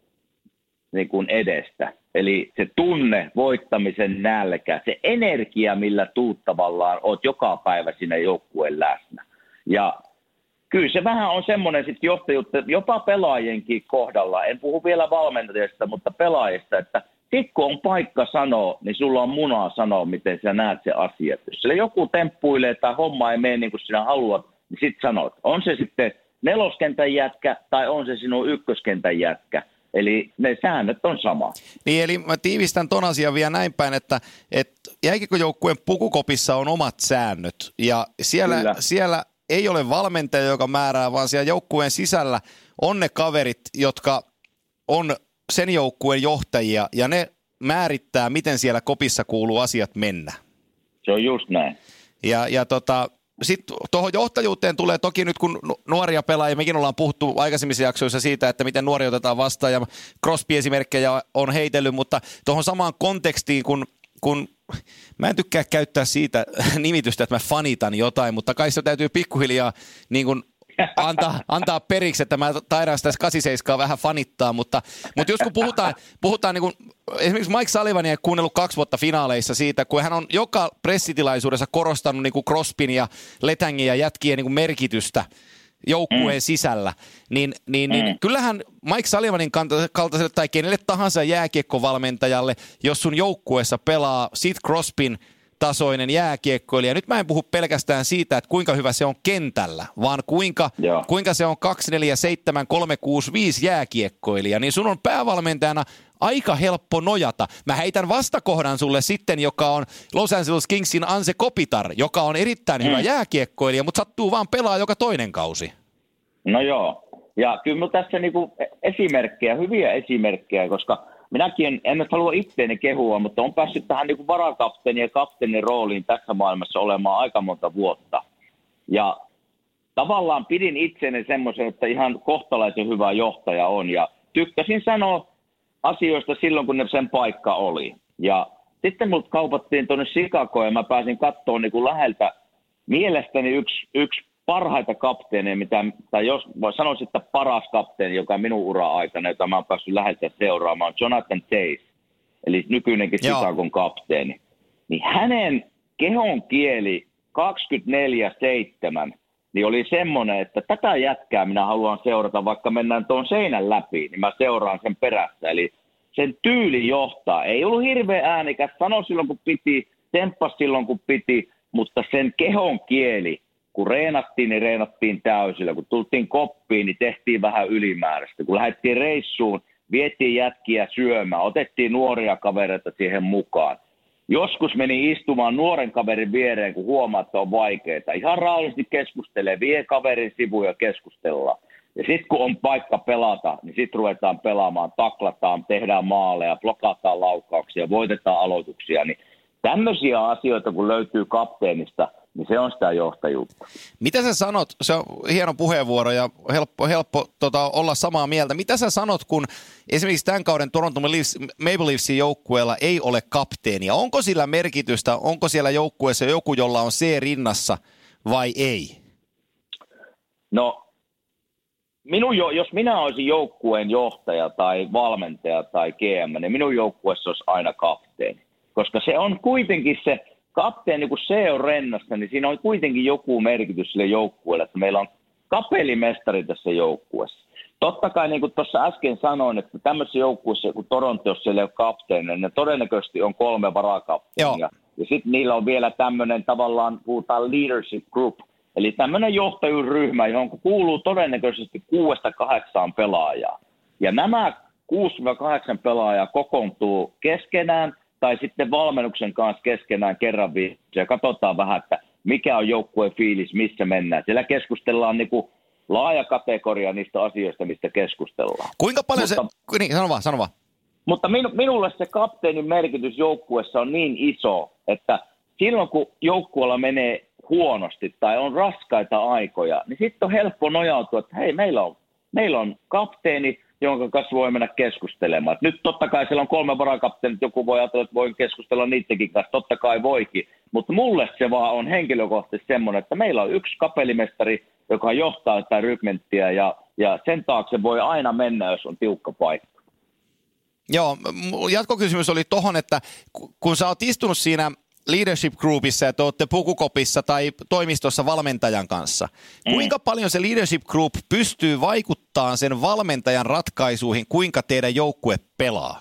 niin kuin edestä. Eli se tunne, voittamisen nälkä, se energia, millä tuut tavallaan, oot joka päivä siinä joukkueen läsnä. Ja kyllä se vähän on semmoinen sitten johtajuutta, jopa pelaajienkin kohdalla, en puhu vielä valmentajista, mutta pelaajista, että sitten kun on paikka sanoa, niin sulla on munaa sanoa, miten sä näet se asia. Jos siellä joku temppuilee tai homma ei mene niin kuin sinä haluat, niin sitten sanot. On se sitten neloskentän jätkä tai on se sinun ykköskentän jätkä. Eli ne säännöt on sama. Niin, eli mä tiivistän ton asian vielä näin päin, että, että jääkiekkojoukkueen pukukopissa on omat säännöt. Ja siellä, siellä ei ole valmentaja, joka määrää, vaan siellä joukkueen sisällä on ne kaverit, jotka on sen joukkueen johtajia, ja ne määrittää, miten siellä kopissa kuuluu asiat mennä. Se on just näin. Ja, ja tota, sitten tuohon johtajuuteen tulee toki nyt, kun nuoria pelaajia, mekin ollaan puhuttu aikaisemmissa jaksoissa siitä, että miten nuoria otetaan vastaan, ja Crosby-esimerkkejä on heitellyt, mutta tuohon samaan kontekstiin, kun, kun mä en tykkää käyttää siitä nimitystä, että mä fanitan jotain, mutta kai se täytyy pikkuhiljaa niin kuin antaa, antaa periksi, että mä taidaan sitä kahdeksankymmentäseitsemän vähän fanittaa, mutta, mutta jos kun puhutaan, puhutaan niin kuin, esimerkiksi Mike Sullivania ei kuunnellut kaksi vuotta finaaleissa siitä, kun hän on joka pressitilaisuudessa korostanut niin kuin Crosbyn ja Letangin ja jätkien niin kuin merkitystä joukkueen mm. sisällä, niin, niin, niin mm. kyllähän Mike Sullivanin kaltaiselle tai kenelle tahansa jääkiekkovalmentajalle, jos sun joukkueessa pelaa Sid Crosbyn tasoinen jääkiekkoilija. Nyt mä en puhu pelkästään siitä, että kuinka hyvä se on kentällä, vaan kuinka, kuinka se on kaksi neljä seitsemän kolme kuusi viisi jääkiekkoilija, niin sun on päävalmentajana aika helppo nojata. Mä heitän vastakohdan sulle sitten, joka on Los Angeles Kingsin Anse Kopitar, joka on erittäin mm. hyvä jääkiekkoilija, mutta sattuu vaan pelaa joka toinen kausi. No joo, ja kyllä minulla tässä niinku esimerkkejä, hyviä esimerkkejä, koska minäkin en, en nyt halua itseäni kehua, mutta on päässyt tähän niin kuin varakapteeni ja kapteenin rooliin tässä maailmassa olemaan aika monta vuotta. Ja tavallaan pidin itseäni semmoisen, että ihan kohtalaisen hyvä johtaja on. Ja tykkäsin sanoa asioista silloin, kun ne sen paikka oli. Ja sitten mut kaupattiin tuonne Chicagoon ja mä pääsin katsomaan niin kuin läheltä mielestäni yksi, yksi parhaita kapteeneja, mitä, tai jos sanoisin, että paras kapteeni, joka minun ura-aikana, jota mä oon päässyt läheltä seuraamaan, on Jonathan Toews, eli nykyinenkin Chicagon kapteeni. Niin hänen kehon kieli kaksikymmentäneljä seitsemän niin oli semmoinen, että tätä jätkää minä haluan seurata, vaikka mennään tuon seinän läpi, niin mä seuraan sen perässä. Eli sen tyyli johtaa. Ei ollut hirveän äänikäs, sano silloin kun piti, temppas silloin kun piti, mutta sen kehon kieli, kun reenattiin, niin reenattiin täysillä. Kun tultiin koppiin, niin tehtiin vähän ylimääräistä. Kun lähdettiin reissuun, vietiin jätkiä syömään, otettiin nuoria kavereita siihen mukaan. Joskus meni istumaan nuoren kaverin viereen, kun huomaa, että on vaikeaa. Ihan rauhallisesti keskustelee, vie kaverin sivuja ja keskustellaan. Ja sitten kun on paikka pelata, niin sitten ruvetaan pelaamaan, taklataan, tehdään maaleja, blokataan laukauksia, voitetaan aloituksia. Niin tämmöisiä asioita, kun löytyy kapteenista, niin se on sitä johtajuutta. Mitä sä sanot, se on hieno puheenvuoro ja helppo, helppo tota, olla samaa mieltä. Mitä sä sanot, kun esimerkiksi tämän kauden Toronto Maple Leafsin joukkueella ei ole kapteenia? Onko sillä merkitystä, onko siellä joukkueessa joku, jolla on C rinnassa vai ei? No, minun jo, jos minä olisin joukkueen johtaja tai valmentaja tai G M, niin minun joukkueessa olisi aina kapteeni. Koska se on kuitenkin se kapteeni, kun se on rennassa, niin siinä on kuitenkin joku merkitys sille joukkueelle, että meillä on kapellimestari tässä joukkueessa. Totta kai, niin kuin tuossa äsken sanoin, että tämmöisessä joukkueessa, kun Torontossa siellä ei ole kapteeni, niin todennäköisesti on kolme varakapteenia. Ja sitten niillä on vielä tämmöinen tavallaan, puhutaan leadership group, eli tämmöinen johtajuusryhmä, johon kuuluu todennäköisesti kuudesta kahdeksaan pelaajaa. Ja nämä kuusi kahdeksan pelaajaa kokoontuu keskenään tai sitten valmennuksen kanssa keskenään kerran viikossa ja katsotaan vähän, että mikä on joukkueen fiilis, missä mennään. Siellä keskustellaan niin kuin laaja kategoria niistä asioista, mistä keskustellaan. Kuinka paljon mutta, se... Niin, sano vaan, sano vaan. Mutta minu, minulle se kapteenin merkitys joukkueessa on niin iso, että silloin kun joukkueella menee huonosti tai on raskaita aikoja, niin sitten on helppo nojautua, että hei, meillä on, meillä on kapteeni, jonka kanssa voi mennä keskustelemaan. Et nyt totta kai siellä on kolme varakapteenit, joku voi ajatella, että voi keskustella niidenkin kanssa, totta kai voikin. Mutta mulle se vaan on henkilökohtaisesti semmoinen, että meillä on yksi kapelimestari, joka johtaa tätä rykmenttiä ja, ja sen taakse voi aina mennä, jos on tiukka paikka. Joo, jatkokysymys oli tohon, että kun sä oot istunut siinä leadership groupissa ja te olette pukukopissa tai toimistossa valmentajan kanssa, mm. kuinka paljon se leadership group pystyy vaikuttamaan sen valmentajan ratkaisuihin, kuinka teidän joukkue pelaa?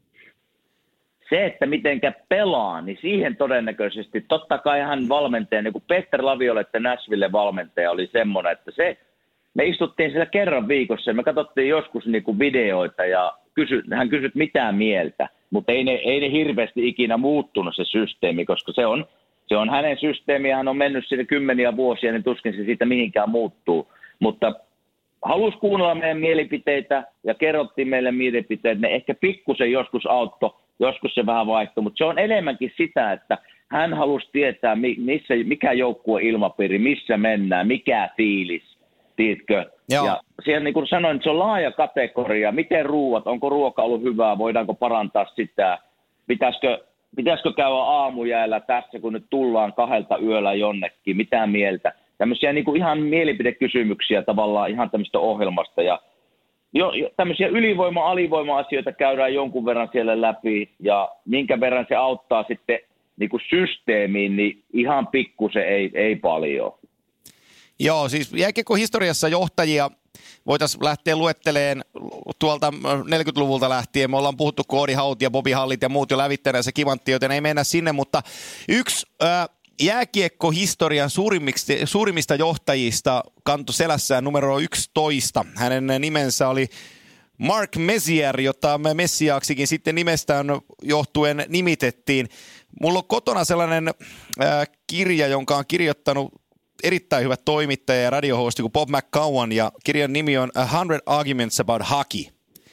Se, että mitenkä pelaa, niin siihen todennäköisesti, totta kai hän valmentaja, niin kuin Peter Laviolette Nashville valmentaja oli semmoinen, että se, me istuttiin siellä kerran viikossa ja me katsottiin joskus niin kuin videoita ja kysy, hän kysyi mitään mieltä, mutta ei ne, ei ne hirveästi ikinä muuttunut se systeemi, koska se on, se on hänen systeemi, hän on mennyt sinne kymmeniä vuosia, niin tuskin se siitä mihinkään muuttuu, mutta halusi kuunnella meidän mielipiteitä ja kerrottiin meille mielipiteitä, ne ehkä pikkusen joskus auttoi, joskus se vähän vaihtui, mutta se on enemmänkin sitä, että hän halusi tietää, missä, mikä joukkue ilmapiiri, missä mennään, mikä fiilis, tiedätkö? Joo. Ja siellä niin kuin sanoin, että se on laaja kategoria, miten ruuat, onko ruoka ollut hyvää, voidaanko parantaa sitä, pitäisikö, pitäisikö käydä aamujäällä tässä, kun nyt tullaan kahdelta yöllä jonnekin, mitä mieltä. Tämmöisiä niin kuin ihan mielipidekysymyksiä tavallaan ihan tämmöistä ohjelmasta ja jo, jo, tämmöisiä ylivoima-alivoima-asioita käydään jonkun verran siellä läpi ja minkä verran se auttaa sitten niin kuin systeemiin, niin ihan pikkusen ei, ei paljon. Joo, siis jääkiekko-historiassa johtajia voitaisiin lähteä luetteleen tuolta neljäkymmentäluvulta lähtien. Me ollaan puhuttu Cody Hauth ja Bobby Hallit ja muut jo lävittäneen se kivantti, joten ei mennä sinne, mutta yksi äh, jääkiekko-historian suurimmista johtajista kantoi selässään numero yksitoista. Hänen nimensä oli Mark Messier, jota me Messiaaksikin sitten nimestään johtuen nimitettiin. Mulla on kotona sellainen äh, kirja, jonka on kirjoittanut erittäin hyvä toimittaja ja radiohosti kuin Bob McCowan, ja kirjan nimi on A Hundred Arguments About Hockey.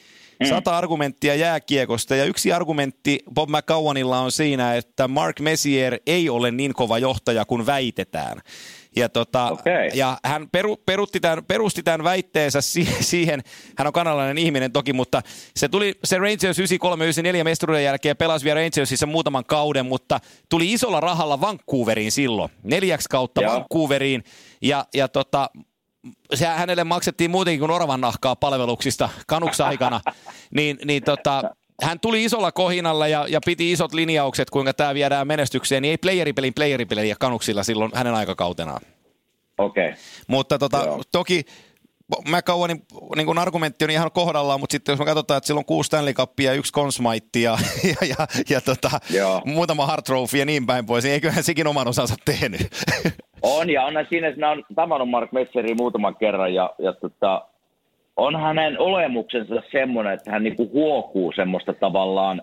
Sata argumenttia jääkiekosta, ja yksi argumentti Bob McCowanilla on siinä, että Mark Messier ei ole niin kova johtaja kuin väitetään. Ja, tota, okay. ja hän peru, perutti tämän, perusti tämän väitteensä si- siihen, hän on kanalainen ihminen toki, mutta se tuli se Rangers yhdeksänkymmentäkolme yhdeksänkymmentäneljä mestaruuden jälkeen, pelasi vielä Rangersissa muutaman kauden, mutta tuli isolla rahalla Vancouveriin silloin, neljäksi kautta ja. Vancouveriin, ja, ja tota, se, hänelle maksettiin muutenkin kuin oravan nahkaa palveluksista kanuksa aikana, niin, niin tota, hän tuli isolla kohinalla ja, ja piti isot linjaukset, kuinka tämä viedään menestykseen, niin ei playeripelin playeripeliä kanuksilla silloin hänen aikakautenaan. Okei. Okay. Mutta tota, toki McCowanin niin argumentti on ihan kohdallaan, mutta sitten jos me katsotaan, että sillä on kuusi Stanley Cupia ja yksi Conn Smythe ja, ja, ja, ja tota, muutama Hart Trophy ja niin päin pois, niin eiköhän sekin oman osansa tehnyt. On, ja onhan siinä, että on tavannut Mark Messieria muutaman kerran, ja, ja tota, on hänen olemuksensa semmoinen, että hän niinku huokuu semmoista tavallaan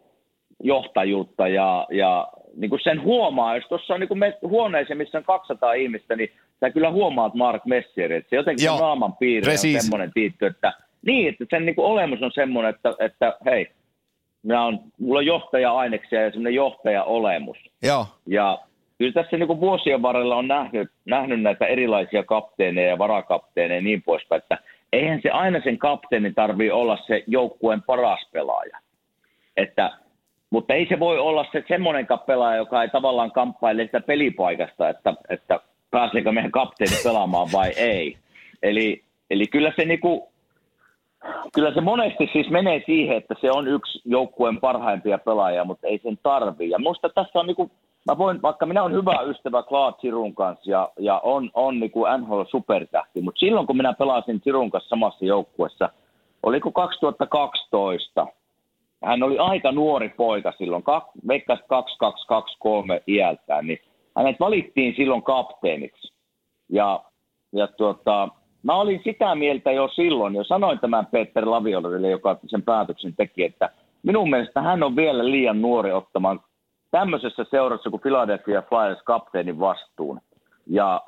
johtajuutta, ja, ja niinku sen huomaa, jos tuossa on niinku huoneeseen, missä on kaksisataa ihmistä, niin sä kyllä huomaat Mark Messierin, että se jotenkin se naaman piirre on semmoinen tiitty, että niin, että sen niinku olemus on semmoinen, että, että hei, minä on, mulla on johtaja-aineksia ja semmoinen johtaja-olemus. Joo. Ja kyllä tässä niin kuin vuosien varrella on nähnyt, nähnyt näitä erilaisia kapteeneja ja varakapteeneja ja niin poispäin, että eihän se aina sen kapteenin tarvitse olla se joukkueen paras pelaaja. Että, mutta ei se voi olla se semmoinen pelaaja, joka ei tavallaan kamppaile sitä pelipaikasta, että, että pääseekö meidän kapteeni pelaamaan vai ei. Eli, eli kyllä se niin kuin, kyllä se monesti siis menee siihen, että se on yksi joukkueen parhaimpia pelaajia, mutta ei sen tarvitse. Ja musta tässä on niin kuin, mä voin, vaikka minä olen hyvä ystävä Claude Giroux kanssa ja, ja on, on niin kuin N H L-supertähti, mutta silloin kun minä pelasin Giroux kanssa samassa joukkueessa, oliko kaksituhattakaksitoista, hän oli aika nuori poika silloin, veikkaisi kaksi kaksi kaksi kolme iältään, niin hänet valittiin silloin kapteeniksi. Ja, ja tuota, mä olin sitä mieltä jo silloin, jo sanoin tämän Peter Laviolorille, joka sen päätöksen teki, että minun mielestä hän on vielä liian nuori ottamaan tämmöisessä seurassa kuin Philadelphia Flyers kapteenin vastuun. Ja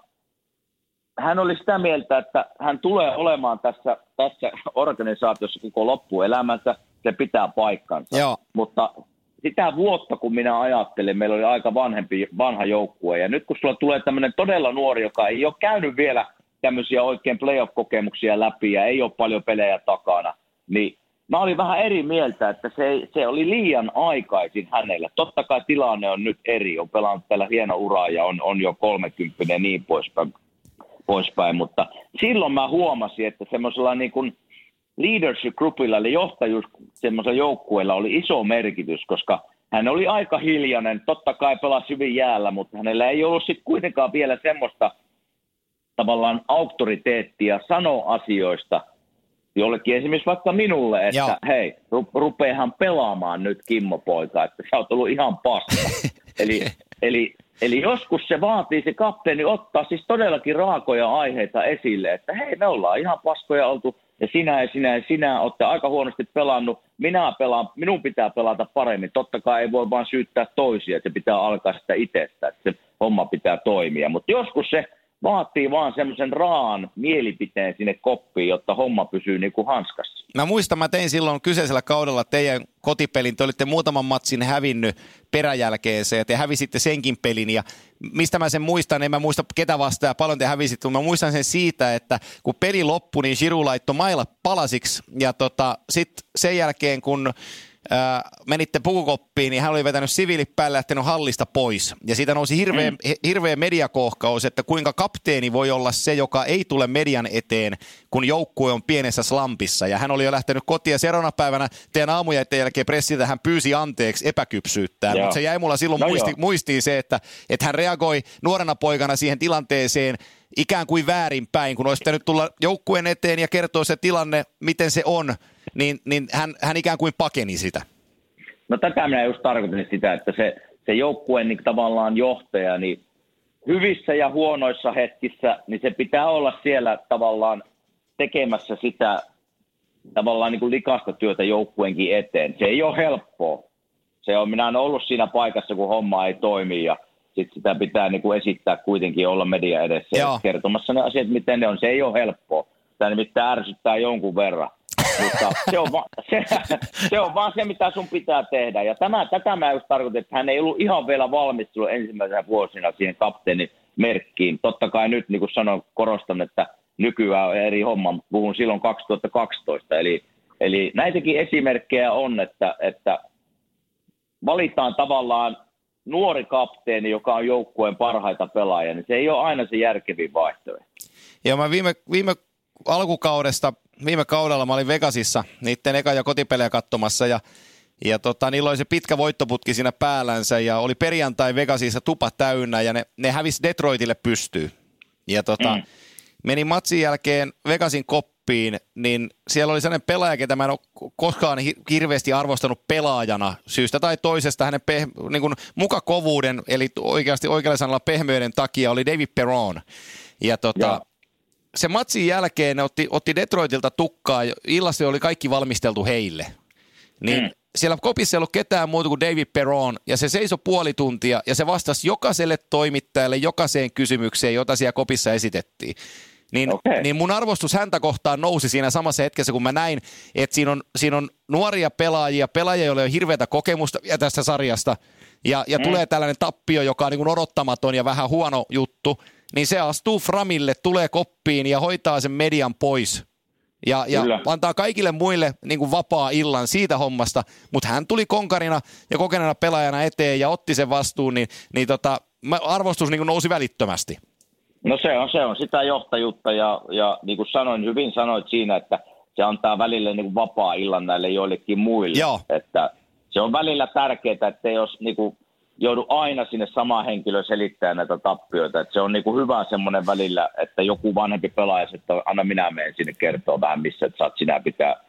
hän oli sitä mieltä, että hän tulee olemaan tässä, tässä organisaatiossa koko loppuelämänsä, se pitää paikkansa. Joo. Mutta sitä vuotta, kun minä ajattelen, meillä oli aika vanhempi, vanha joukkue, ja nyt kun sulla tulee tämmöinen todella nuori, joka ei ole käynyt vielä tämmöisiä oikein playoff-kokemuksia läpi, ja ei ole paljon pelejä takana, niin mä olin vähän eri mieltä, että se, se oli liian aikaisin hänellä. Totta kai tilanne on nyt eri, on pelannut tällä hieno uraa, ja on, on jo kolmekymmentä ja niin poispäin. poispäin, mutta silloin mä huomasin, että semmoisella niin kuin leadership groupilla, eli johtajuus semmoisella joukkueella oli iso merkitys, koska hän oli aika hiljainen, totta kai pelasi hyvin jäällä, mutta hänellä ei ollut sitten kuitenkaan vielä semmoista tavallaan auktoriteettia sanoa asioista jollekin esimerkiksi vaikka minulle, että Joo. hei, ru- rupeahan pelaamaan nyt Kimmo poika, että sä oot ollut ihan paska. eli, eli Eli joskus se vaatii se kapteeni ottaa siis todellakin raakoja aiheita esille, että hei, me ollaan ihan paskoja oltu, ja sinä ja sinä ja sinä olette aika huonosti pelannut, minä pelaan, minun pitää pelata paremmin. Totta kai ei voi vaan syyttää toisia, että se pitää alkaa sitä itsestä, että se homma pitää toimia. Mutta joskus se vaatii vaan semmoisen raan mielipiteen sinne koppiin, jotta homma pysyy niin kuin hanskassa. Mä muistan, mä tein silloin kyseisellä kaudella teidän kotipelin, te olitte muutaman matsin hävinnyt peräjälkeeseen, ja te hävisitte senkin pelin, ja mistä mä sen muistan, en mä muista ketä vastaan, paljon te hävisitte, mutta mä muistan sen siitä, että kun peli loppui, niin Giroux laittoi mailat palasiksi, ja tota, sitten sen jälkeen, kun Äh, menitte pukukoppiin, niin hän oli vetänyt siviilit päälle ja lähtenyt hallista pois. Ja siitä nousi hirveä, mm. hirveä mediakohkaus, että kuinka kapteeni voi olla se, joka ei tule median eteen, kun joukkue on pienessä slampissa. Ja hän oli jo lähtenyt kotiin ja seuraavana päivänä teidän aamujäitten jälkeen pressiltä hän pyysi anteeksi epäkypsyyttään. Mutta se jäi mulla silloin no muisti, muistiin se, että, että hän reagoi nuorena poikana siihen tilanteeseen ikään kuin väärinpäin, kun olisi pitänyt tulla joukkueen eteen ja kertoa se tilanne, miten se on. Niin, niin hän, hän ikään kuin pakeni sitä. No tätä minä just tarkoitin sitä, että se, se joukkueen niin tavallaan johtaja, niin hyvissä ja huonoissa hetkissä, niin se pitää olla siellä tavallaan tekemässä sitä tavallaan niin kuin likasta työtä joukkueenkin eteen. Se ei ole helppoa. Se on, minä olen ollut siinä paikassa, kun homma ei toimi, ja sitten sitä pitää niin kuin esittää kuitenkin olla media edessä ja kertomassa ne asiat, miten ne on. Se ei ole helppoa. Tämä nimittäin ärsyttää jonkun verran. Mutta se on, va- se, se on vaan se, mitä sun pitää tehdä. Ja tämä, tätä mä just tarkoitin, että hän ei ollut ihan vielä valmis silloin ensimmäisenä vuosina siihen kapteenin merkkiin. Totta kai nyt, niin kuin sanoin, korostan, että nykyään on eri homma, mutta puhun silloin kaksituhattakaksitoista. Eli, eli näitäkin esimerkkejä on, että, että valitaan tavallaan nuori kapteeni, joka on joukkueen parhaita pelaajia, niin se ei ole aina se järkevin vaihtoehto. Joo, mä viime, viime alkukaudesta, viime kaudella mä olin Vegasissa niiden eka- ja kotipelejä katsomassa, ja, ja tota, niillä oli se pitkä voittoputki siinä päällänsä, ja oli perjantai Vegasissa tupa täynnä, ja ne, ne hävisi Detroitille pystyyn. Ja tota, mm. menin matsin jälkeen Vegasin koppiin, niin siellä oli sellainen pelaaja, ketä mä en ole koskaan hirveästi arvostanut pelaajana syystä tai toisesta. Hänen peh- niin kuin mukakovuuden, eli oikeasti oikealla sanalla pehmeyden takia, oli David Perron. Ja tota, ja. se matsin jälkeen ne otti, otti Detroitilta tukkaa, illassa oli kaikki valmisteltu heille. Niin mm. siellä kopissa ei ollut ketään muuta kuin David Perron, ja se seisoi puoli tuntia, ja se vastasi jokaiselle toimittajalle, jokaiseen kysymykseen, jota siellä kopissa esitettiin. Niin, okay. niin mun arvostus häntä kohtaan nousi siinä samassa hetkessä, kun mä näin, että siinä on, siinä on nuoria pelaajia, pelaajia, joilla on hirveätä kokemusta tästä sarjasta, ja, ja mm. tulee tällainen tappio, joka on niin kuin odottamaton ja vähän huono juttu, niin se astuu framille, tulee koppiin ja hoitaa sen median pois. Ja, ja antaa kaikille muille niin kuin vapaa illan siitä hommasta, mutta hän tuli konkarina ja kokeneena pelaajana eteen ja otti sen vastuun, niin, niin tota, arvostus niin kuin nousi välittömästi. No se on, se on sitä johtajuutta ja, ja niin kuin sanoin, hyvin sanoit siinä, että se antaa välillä niin kuin vapaa illan näille joillekin muille. Joo. Että se on välillä tärkeää, että jos niin kuin joudu aina sinne sama henkilö selittämään näitä tappioita. Että se on niin kuin hyvä semmoinen välillä, että joku vanhempi pelaaja, että anna minä menen sinne kertoa vähän missä, että saat sinä pitää,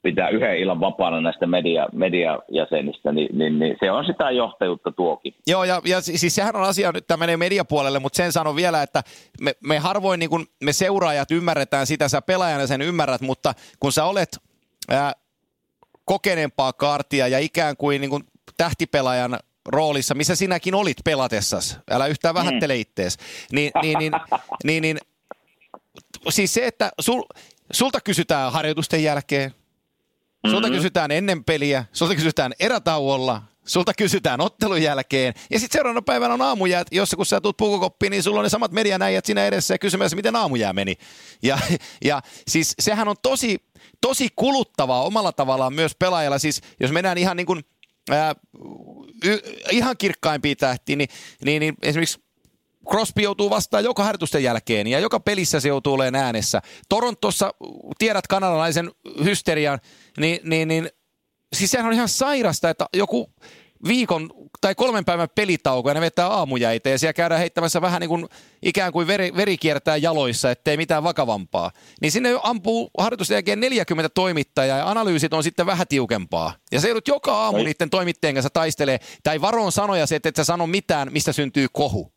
pitää yhden illan vapaana näistä media, mediajäsenistä, niin, niin, niin se on sitä johtajuutta tuokin. Joo, ja, ja siis sehän on asia, nyt tämä menee mediapuolelle, mutta sen sanon vielä, että me, me harvoin niin kun me seuraajat ymmärretään sitä, sä pelaajana sen ymmärrät, mutta kun sä olet ää, kokeneempaa kaartia ja ikään kuin, niin kuin tähtipelaajan roolissa, missä sinäkin olit pelatessas, älä yhtään vähättele mm. ittees, niin, niin, niin, niin, niin siis se, että sul, sulta kysytään harjoitusten jälkeen, sulta mm-hmm. kysytään ennen peliä, sulta kysytään erätauolla, sulta kysytään ottelun jälkeen, ja sitten seuraavana päivänä on aamujäät, jossa kun sä tulet pukukoppiin, niin sulla on ne samat medianäijät siinä edessä ja kysymässä, miten aamujää meni. Ja, ja siis sehän on tosi, tosi kuluttavaa omalla tavallaan myös pelaajalla, siis jos mennään ihan niin kuin, ää, y, ihan kirkkaimpiin tähtiin, niin, niin, niin esimerkiksi Crosby joutuu vastaan joka harjoitusten jälkeen ja joka pelissä se joutuu olemaan äänessä. Torontossa, tiedät kanadalaisen hysterian, niin, niin, niin siis sehän on ihan sairasta, että joku viikon tai kolmen päivän pelitauko ja ne vetää aamujäitä ja siellä käydään heittämässä vähän niin kuin ikään kuin veri, veri kiertää jaloissa, ettei mitään vakavampaa. Niin sinne ampuu harjoitusten jälkeen neljäkymmentä toimittajaa ja analyysit on sitten vähän tiukempaa. Ja se joudut joka aamu niiden toimittajien kanssa taistelee tai varoon sanoja se, että et sä sano mitään, mistä syntyy kohu.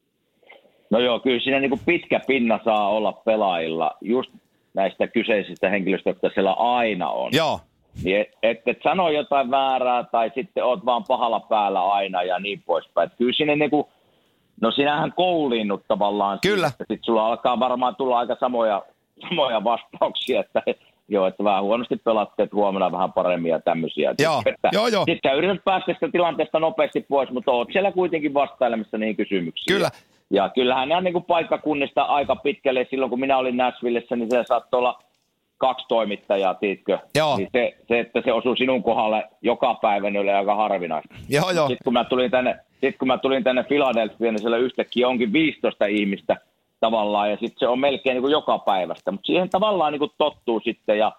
No joo, kyllä siinä niin kuin pitkä pinna saa olla pelaajilla just näistä kyseisistä henkilöistä, jotka siellä aina on. Joo. Niin et, et, et sano jotain väärää tai sitten oot vaan pahalla päällä aina ja niin poispäin. Et kyllä siinä niin kuin, no sinähän kouliinnut tavallaan. Kyllä. Sitten sulla alkaa varmaan tulla aika samoja, samoja vastauksia, että joo, että vähän huonosti pelatte, että huomenna vähän paremmin ja tämmöisiä. Joo, että, joo, joo. Sitten sä yrität päästä sitä tilanteesta nopeasti pois, mutta oot siellä kuitenkin vastailemassa niihin kysymyksiin. Kyllä. Ja kyllähän nämä niin paikkakunnista aika pitkälle, silloin kun minä olin Nashvillessä, niin se saattoi olla kaksi toimittajaa, tiedätkö? Joo. Niin se, se, että se osui sinun kohdalle joka päivä, niin oli aika harvinaista. Joo, joo. Sitten kun mä tulin tänne, sit kun mä tulin tänne Philadelphiaan, niin siellä yhtäkkiä onkin viisitoista ihmistä tavallaan, ja sitten se on melkein niin kuin joka päivästä. Mutta siihen tavallaan niin kuin tottuu sitten, ja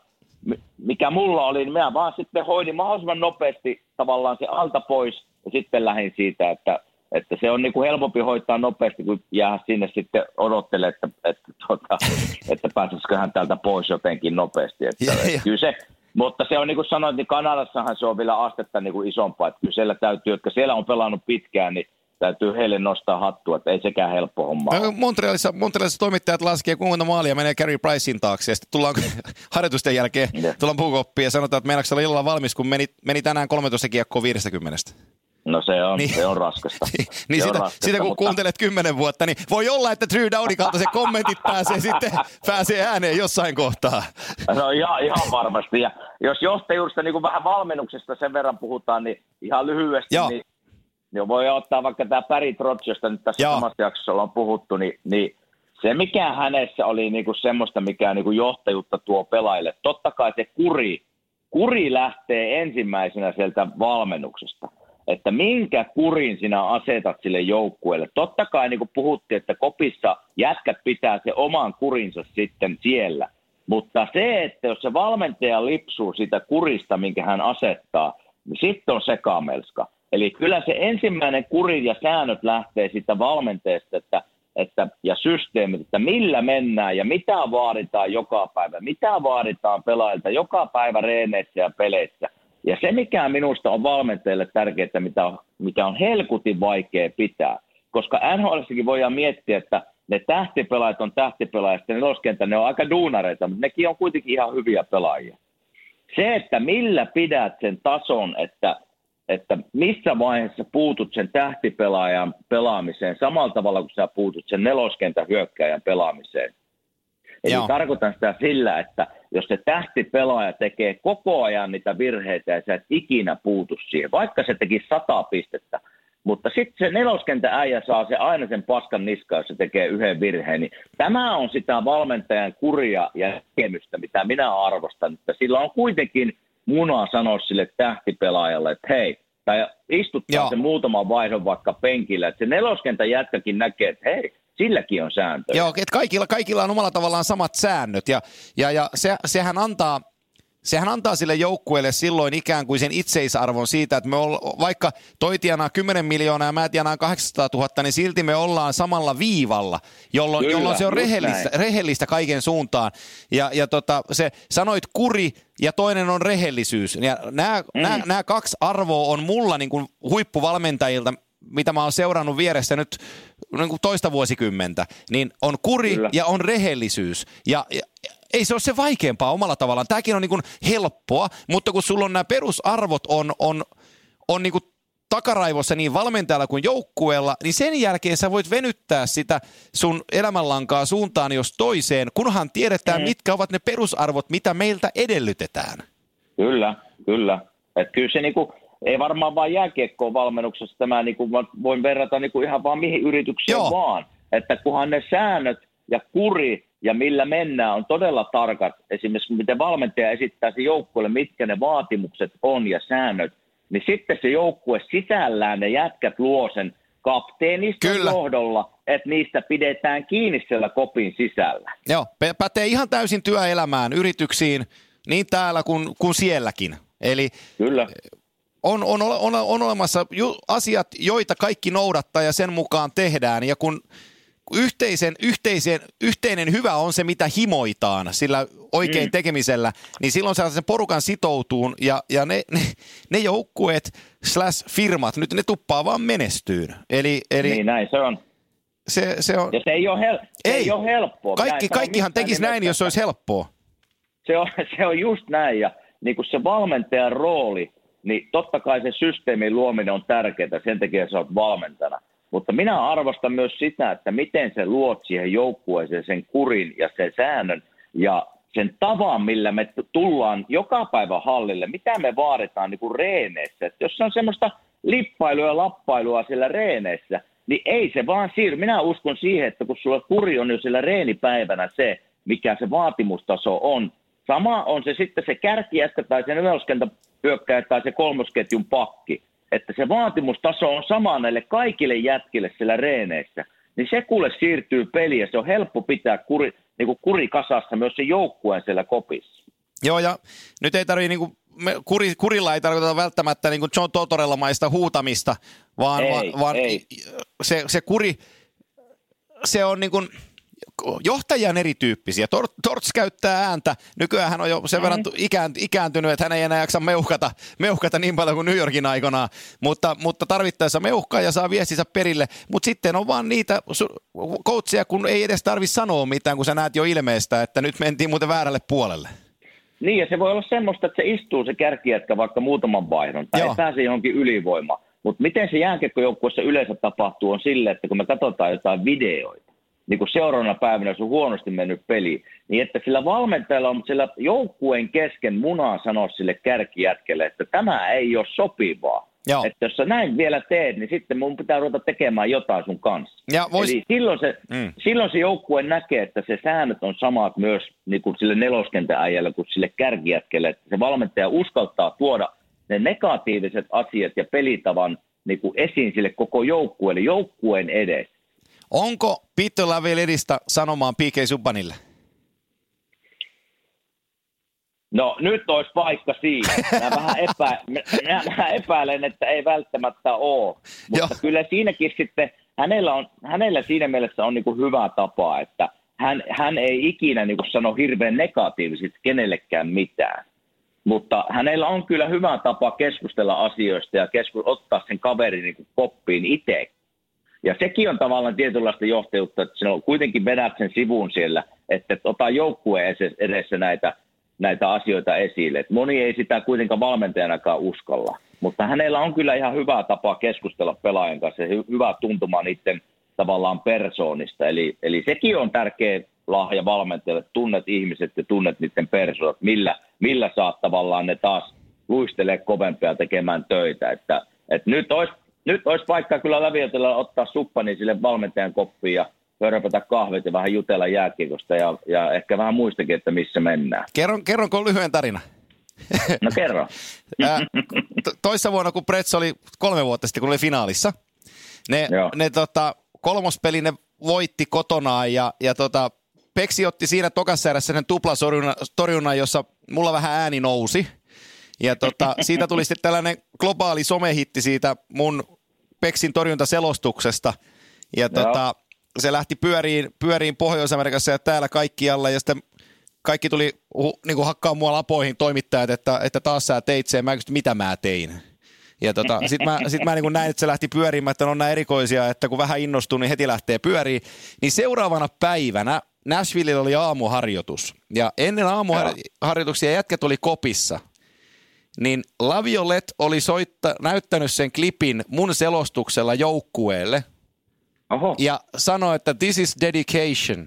mikä mulla oli, niin mä vaan sitten hoidin mahdollisimman nopeasti tavallaan se alta pois, ja sitten lähdin siitä, että Että se on niinku helpompi hoitaa nopeasti, kun jää sinne sitten odottele, että, että, tuota, että pääsisiköhän täältä pois jotenkin nopeasti. Että, ja, että ja. kyllä se, mutta se on niin kuin sanoit, niin Kanadassahan se on vielä astetta niin kuin isompaa. Että kyllä siellä täytyy, jotka siellä on pelannut pitkään, niin täytyy heille nostaa hattua, että ei sekään helppo homma no, Montrealissa, Montrealissa toimittajat laskee, kuinka monta maalia menee Carey Pricein taakse, ja sitten tullaan harjoitusten jälkeen, yeah. tullaan puukoppiin ja sanotaan, että meinaatko olla illalla valmis, kun meni, meni tänään kolmetoista kiekkoa viisikymmentä. No se on, niin, se on raskasta. niin se sitä, on raskasta, sitä kun mutta kuuntelet kymmenen vuotta, niin voi olla, että Drew Dowdin kautta se kommentit pääsee sitten pääsee ääneen jossain kohtaa. No ihan, ihan varmasti. Ja jos johtajuudesta niin kuin vähän valmennuksesta sen verran puhutaan, niin ihan lyhyesti, niin, niin voi ottaa vaikka tämä Barry Trotz, josta nyt tässä Joo. samassa jaksossa ollaan puhuttu, niin, niin se mikä hänessä oli niin kuin semmoista, mikä niin kuin johtajuutta tuo pelaajille. Totta kai se kuri, kuri lähtee ensimmäisenä sieltä valmennuksesta. Että minkä kurin sinä asetat sille joukkueelle. Totta kai niin kuin puhuttiin, että kopissa jätkät pitää se oman kurinsa sitten siellä. Mutta se, että jos se valmentaja lipsuu sitä kurista, minkä hän asettaa, niin sitten on sekamelska. Eli kyllä se ensimmäinen kuri ja säännöt lähtee siitä valmentajasta että, että, ja systeemit, että millä mennään ja mitä vaaditaan joka päivä. Mitä vaaditaan pelaajilta joka päivä reeneissä ja peleissä. Ja se, mikä minusta on valmentajille tärkeää, mitä on, mikä on helkutin vaikea pitää, koska N H L:ssäkin voidaan miettiä, että ne tähtipelaajat on tähtipelaajat, ja neloskenttä, ne on aika duunareita, mutta nekin on kuitenkin ihan hyviä pelaajia. Se, että millä pidät sen tason, että, että missä vaiheessa puutut sen tähtipelaajan pelaamiseen, samalla tavalla kuin sä puutut sen neloskentän hyökkääjän pelaamiseen. Eli Joo. tarkoitan sitä sillä, että jos se tähtipelaaja tekee koko ajan niitä virheitä ja sä et ikinä puutu siihen, vaikka se teki sata pistettä, mutta sitten se neloskentän äijä saa se aina sen paskan niskaan, jos se tekee yhden virheen. Niin tämä on sitä valmentajan kuria ja näkemystä, mitä minä arvostan, että sillä on kuitenkin munaa sanoa sille tähtipelaajalle, että hei, tai istuttaa Joo. se muutaman vaihdon vaikka penkillä, että se neloskentän jätkäkin näkee, että hei, silläkin on sääntöjä. Joo, että kaikilla, kaikilla on omalla tavallaan samat säännöt ja, ja, ja se, sehän antaa sehän antaa sille joukkueelle silloin ikään kuin sen itseisarvon siitä, että me olla, vaikka toi tienaa kymmenen miljoonaa ja mä tienaan kahdeksansataatuhatta, niin silti me ollaan samalla viivalla, jolloin, Kyllä, jolloin se on rehellistä, rehellistä kaiken suuntaan. Ja, ja tota, se sanoit kuri ja toinen on rehellisyys. Ja nämä, mm. nämä, nämä kaksi arvoa on mulla niin kuin huippuvalmentajilta, mitä mä oon seurannut vieressä nyt niin kuin toista vuosikymmentä, niin on kuri Kyllä. ja on rehellisyys. Ja, ja ei se ole se vaikeampaa omalla tavallaan. Tämäkin on niin kuin helppoa, mutta kun sulla on nämä perusarvot on, on, on niin kuin takaraivossa niin valmentajalla kuin joukkueella, niin sen jälkeen sä voit venyttää sitä sun elämänlankaa suuntaan jos toiseen, kunhan tiedetään, mm. mitkä ovat ne perusarvot, mitä meiltä edellytetään. Kyllä, kyllä. Että kyllä se niinku, ei varmaan vaan jääkiekkoon valmennuksessa tämä, niinku, voin verrata niinku ihan vaan mihin yritykseen Joo. vaan. Että kunhan ne säännöt ja kuri ja millä mennään on todella tarkat, esimerkiksi miten valmentaja esittää se joukkueelle, mitkä ne vaatimukset on ja säännöt, niin sitten se joukkue sisällään ne jätkät luo sen kapteeniston Kyllä. johdolla, että niistä pidetään kiinni siellä kopin sisällä. Joo, pätee ihan täysin työelämään, yrityksiin, niin täällä kuin, kuin sielläkin. Eli Kyllä. On, on, on, on olemassa asiat, joita kaikki noudattaa ja sen mukaan tehdään, ja kun Yhteisen, yhteisen, yhteinen hyvä on se, mitä himoitaan sillä oikein mm. tekemisellä, niin silloin sellaisen porukan sitoutuun ja, ja ne, ne, ne joukkueet slash firmat, nyt ne tuppaa vaan menestyyn. Eli, eli niin näin se on. Se, se on. Ja se ei ole, hel- se ei. ei ole helppoa. Kaikki, kaikkihan tekisi näin, jos se olisi helppoa. Se on, se on just näin, ja niin kuin se valmentajan rooli, niin totta kai se systeemin luominen on tärkeää, sen takia sä oot valmentajana. Mutta minä arvostan myös sitä, että miten se luot siihen joukkueeseen sen kurin ja sen säännön ja sen tavan, millä me tullaan joka päivä hallille. Mitä me vaaditaan niin kuin reeneissä. Että jos se on semmoista lippailua ja lappailua siellä reeneissä, niin ei se vaan siirry. Minä uskon siihen, että kun sulla kuri on jo siellä reenipäivänä se, mikä se vaatimustaso on. Sama on se sitten se kärkijätkä tai se neloskentähyökkäjä tai se kolmosketjun pakki. Että se vaatimustaso on sama näille kaikille jätkille siellä reeneissä, niin se kuule siirtyy peliin ja se on helppo pitää kuri, niin kuin kuri kasassa myös se joukkueen siellä kopissa. Joo, ja nyt ei tarvitse, niin kuin, kuri, kurilla ei tarkoita välttämättä niin kuin John Tortorella-maista huutamista, vaan, ei, vaan, vaan ei. Se, se kuri, se on niin kuin johtajia on erityyppisiä. Torts käyttää ääntä. Nykyään hän on jo sen verran ikääntynyt, että hän ei enää jaksa meuhkata, meuhkata niin paljon kuin New Yorkin aikanaan. Mutta, mutta tarvittaessa meuhkaa ja saa viestinsä perille. Mutta sitten on vaan niitä coachia, kun ei edes tarvitse sanoa mitään, kun sä näet jo ilmeistä, että nyt mentiin muuten väärälle puolelle. Niin, ja se voi olla semmoista, että se istuu se kärkijätkä vaikka muutaman vaihdon, tai ei pääse johonkin ylivoimaan. Mutta miten se jääkiekkojoukkueessa yleensä tapahtuu on sille, että kun me katsotaan jotain videoita, niin kuin seuraavana päivänä se on huonosti mennyt peli, niin että sillä valmentajalla on sillä joukkueen kesken munaa sanoa sille kärkijätkelle, että tämä ei ole sopivaa. Joo. Että jos sä näin vielä teet, niin sitten mun pitää ruveta tekemään jotain sun kanssa. Ja vois... Eli silloin se, mm. silloin se joukkue näkee, että se säännöt on samat myös niin kuin sille neloskentääijälle kuin sille kärkijätkelle, että se valmentaja uskaltaa tuoda ne negatiiviset asiat ja pelitavan niin kuin esiin sille koko joukkueelle, joukkueen edessä. Onko Peter Laviolleista sanomaan P K Subbanille? No nyt olisi paikka siinä. Mä vähän, epä, mä vähän epäilen, että ei välttämättä ole. Mutta Joo. kyllä siinäkin sitten, hänellä, on, hänellä siinä mielessä on niinku hyvä tapa, että hän, hän ei ikinä niinku sano hirveän negatiivisesti kenellekään mitään. Mutta hänellä on kyllä hyvä tapa keskustella asioista ja kesku, ottaa sen kaverin niinku koppiin itse. Ja sekin on tavallaan tietynlaista johtajuutta, että sinä kuitenkin vedät sen sivuun siellä, että ota joukkueen edessä näitä, näitä asioita esille. Et moni ei sitä kuitenkaan valmentajanakaan uskalla, mutta hänellä on kyllä ihan hyvä tapa keskustella pelaajien kanssa ja hyvä tuntuma niiden tavallaan persoonista. Eli, eli sekin on tärkeä lahja valmentajalle, että tunnet ihmiset ja tunnet niiden persoonat, millä, millä saat tavallaan ne taas luistelee kovempia tekemään töitä. Että, että nyt olisi Nyt olisi paikka kyllä Laviolella ottaa suppani sille valmentajan koppiin ja hörpätä kahvit ja vähän jutella jääkiekosta ja, ja ehkä vähän muistakin, että missä mennään. Kerron, kerronko lyhyen tarina? No kerro. Toissa vuonna, kun Prets oli kolme vuotta sitten, kun oli finaalissa, ne, ne tota, kolmospeli ne voitti kotonaan ja, ja tota, Peksi otti siinä tokassa erässä sen tuplatorjunnan, jossa mulla vähän ääni nousi. Ja tota, siitä tuli sitten tällainen globaali somehitti siitä mun Peksin torjuntaselostuksesta. Ja tota, se lähti pyöriin, pyöriin Pohjois-Amerikassa ja täällä kaikkialla. Ja sitten kaikki tuli uh, niin kuin hakkaa mua lapoihin toimittajat, että, että taas sä teit sen. Mä kysyin, mitä mä tein. Ja tota, sit mä, sit mä niin kuin näin, että se lähti pyörimään, että on näin erikoisia, että kun vähän innostuu, niin heti lähtee pyöriin. Niin seuraavana päivänä Nashvillellä oli aamuharjoitus. Ja ennen aamuharjoituksia jätkät oli kopissa. Niin Laviolette oli soitta, näyttänyt sen klipin mun selostuksella joukkueelle. Oho. Ja sanoi, että this is dedication.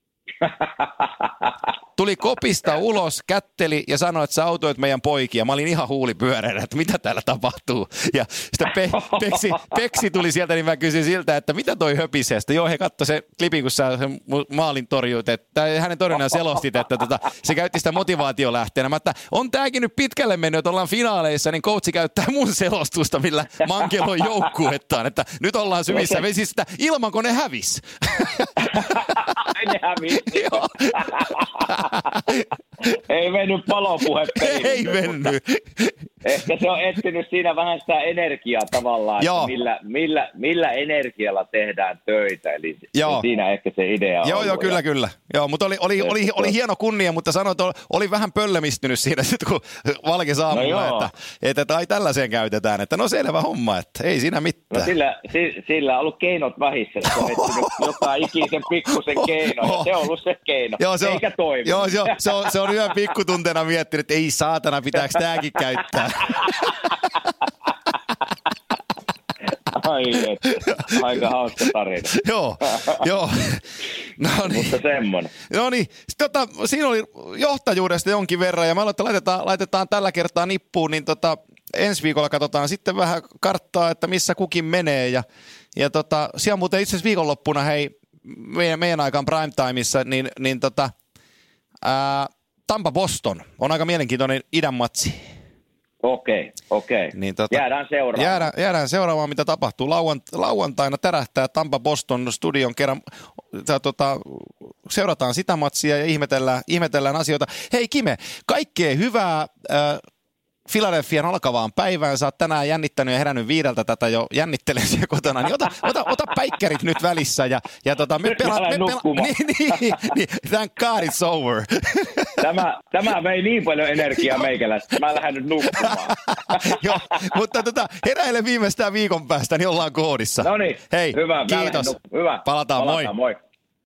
Tuli kopista ulos, kätteli ja sanoi, että sä autoit meidän poikia. Mä olin ihan huulipyöreänä, että mitä täällä tapahtuu. Ja sitten Pe- Peksi, Peksi tuli sieltä, niin mä kysyin siltä, että mitä toi höpisee. Sitten joo, he katsoi sen klipin, kun sä sen maalin torjuit, että hänen torjunnan selostit, että tota, se käytti sitä motivaatiolähteenä. Mä että on tääkin nyt pitkälle mennyt, että ollaan finaaleissa, niin coachi käyttää mun selostusta, millä mankeloi joukkuettaan. Että nyt ollaan syvissä vesissä ilman, kun ne hävis. Ne hävis. Ei mennyt palopuhe peliin. Ei mennyt. Ehkä se on etsinyt siinä vähän sitä energiaa tavallaan, että millä, millä, millä energialla tehdään töitä. Eli joo. Siinä ehkä se idea on. Joo, joo, kyllä, kyllä. Joo, mutta oli, oli, oli, oli hieno kunnia, mutta sanoin, että oli vähän pöllemistynyt siinä, kun Valke saamulla, no että, että tai tällaiseen käytetään. Että no selvä homma, että ei siinä mitään. No sillä, sillä on ollut keinot vähissä, että on etsinyt joka ikisen pikkusen keino, ja se on ollut se keino, joo, se on, eikä toimi. Joo, se on, se on, se on yhden pikkutunteena miettinyt, että ei saatana, pitääkö tämäkin käyttää. Ai et, aika hauska tarina. Joo, joo. No niin. Mutta semmoinen. No niin, tota, siinä oli johtajuudesta jonkin verran ja mä aloin, että laitetaan, laitetaan tällä kertaa nippuun, niin tota, ensi viikolla katsotaan sitten vähän karttaa, että missä kukin menee ja, ja tota, siellä muuten itse asiassa viikonloppuna, hei, meidän, meidän aikaan primetimeissa, niin, niin tota, ää, Tampa Boston on aika mielenkiintoinen idän matsi. Okei, okei. Niin tota, jäädään seuraamaan. Jäädään, jäädään seuraamaan, mitä tapahtuu. Lauant, lauantaina tärähtää Tampa Boston studion kerran. Tää, tota, seurataan sitä matsia ja ihmetellään, ihmetellään asioita. Hei Kime, kaikkea hyvää äh, Philadelphian alkavaan päivään. Sä oot tänään jännittänyt ja herännyt viideltä tätä jo jännittelen siellä kotona. Niin ota, ota, ota päikkärit nyt välissä. Ja, ja tota, me pelaat, me pela- niin, niin, niin, thank God it's over. Tämä, tämä vei niin paljon energiaa meikäläistä. Mä lähden nyt nukkumaan. Joo, mutta tota, heräile viimeistään viikon päästä, niin ollaan koodissa. No niin, hei, hyvä. Kiitos. Hyvä. Palataan, Palataan, moi. moi.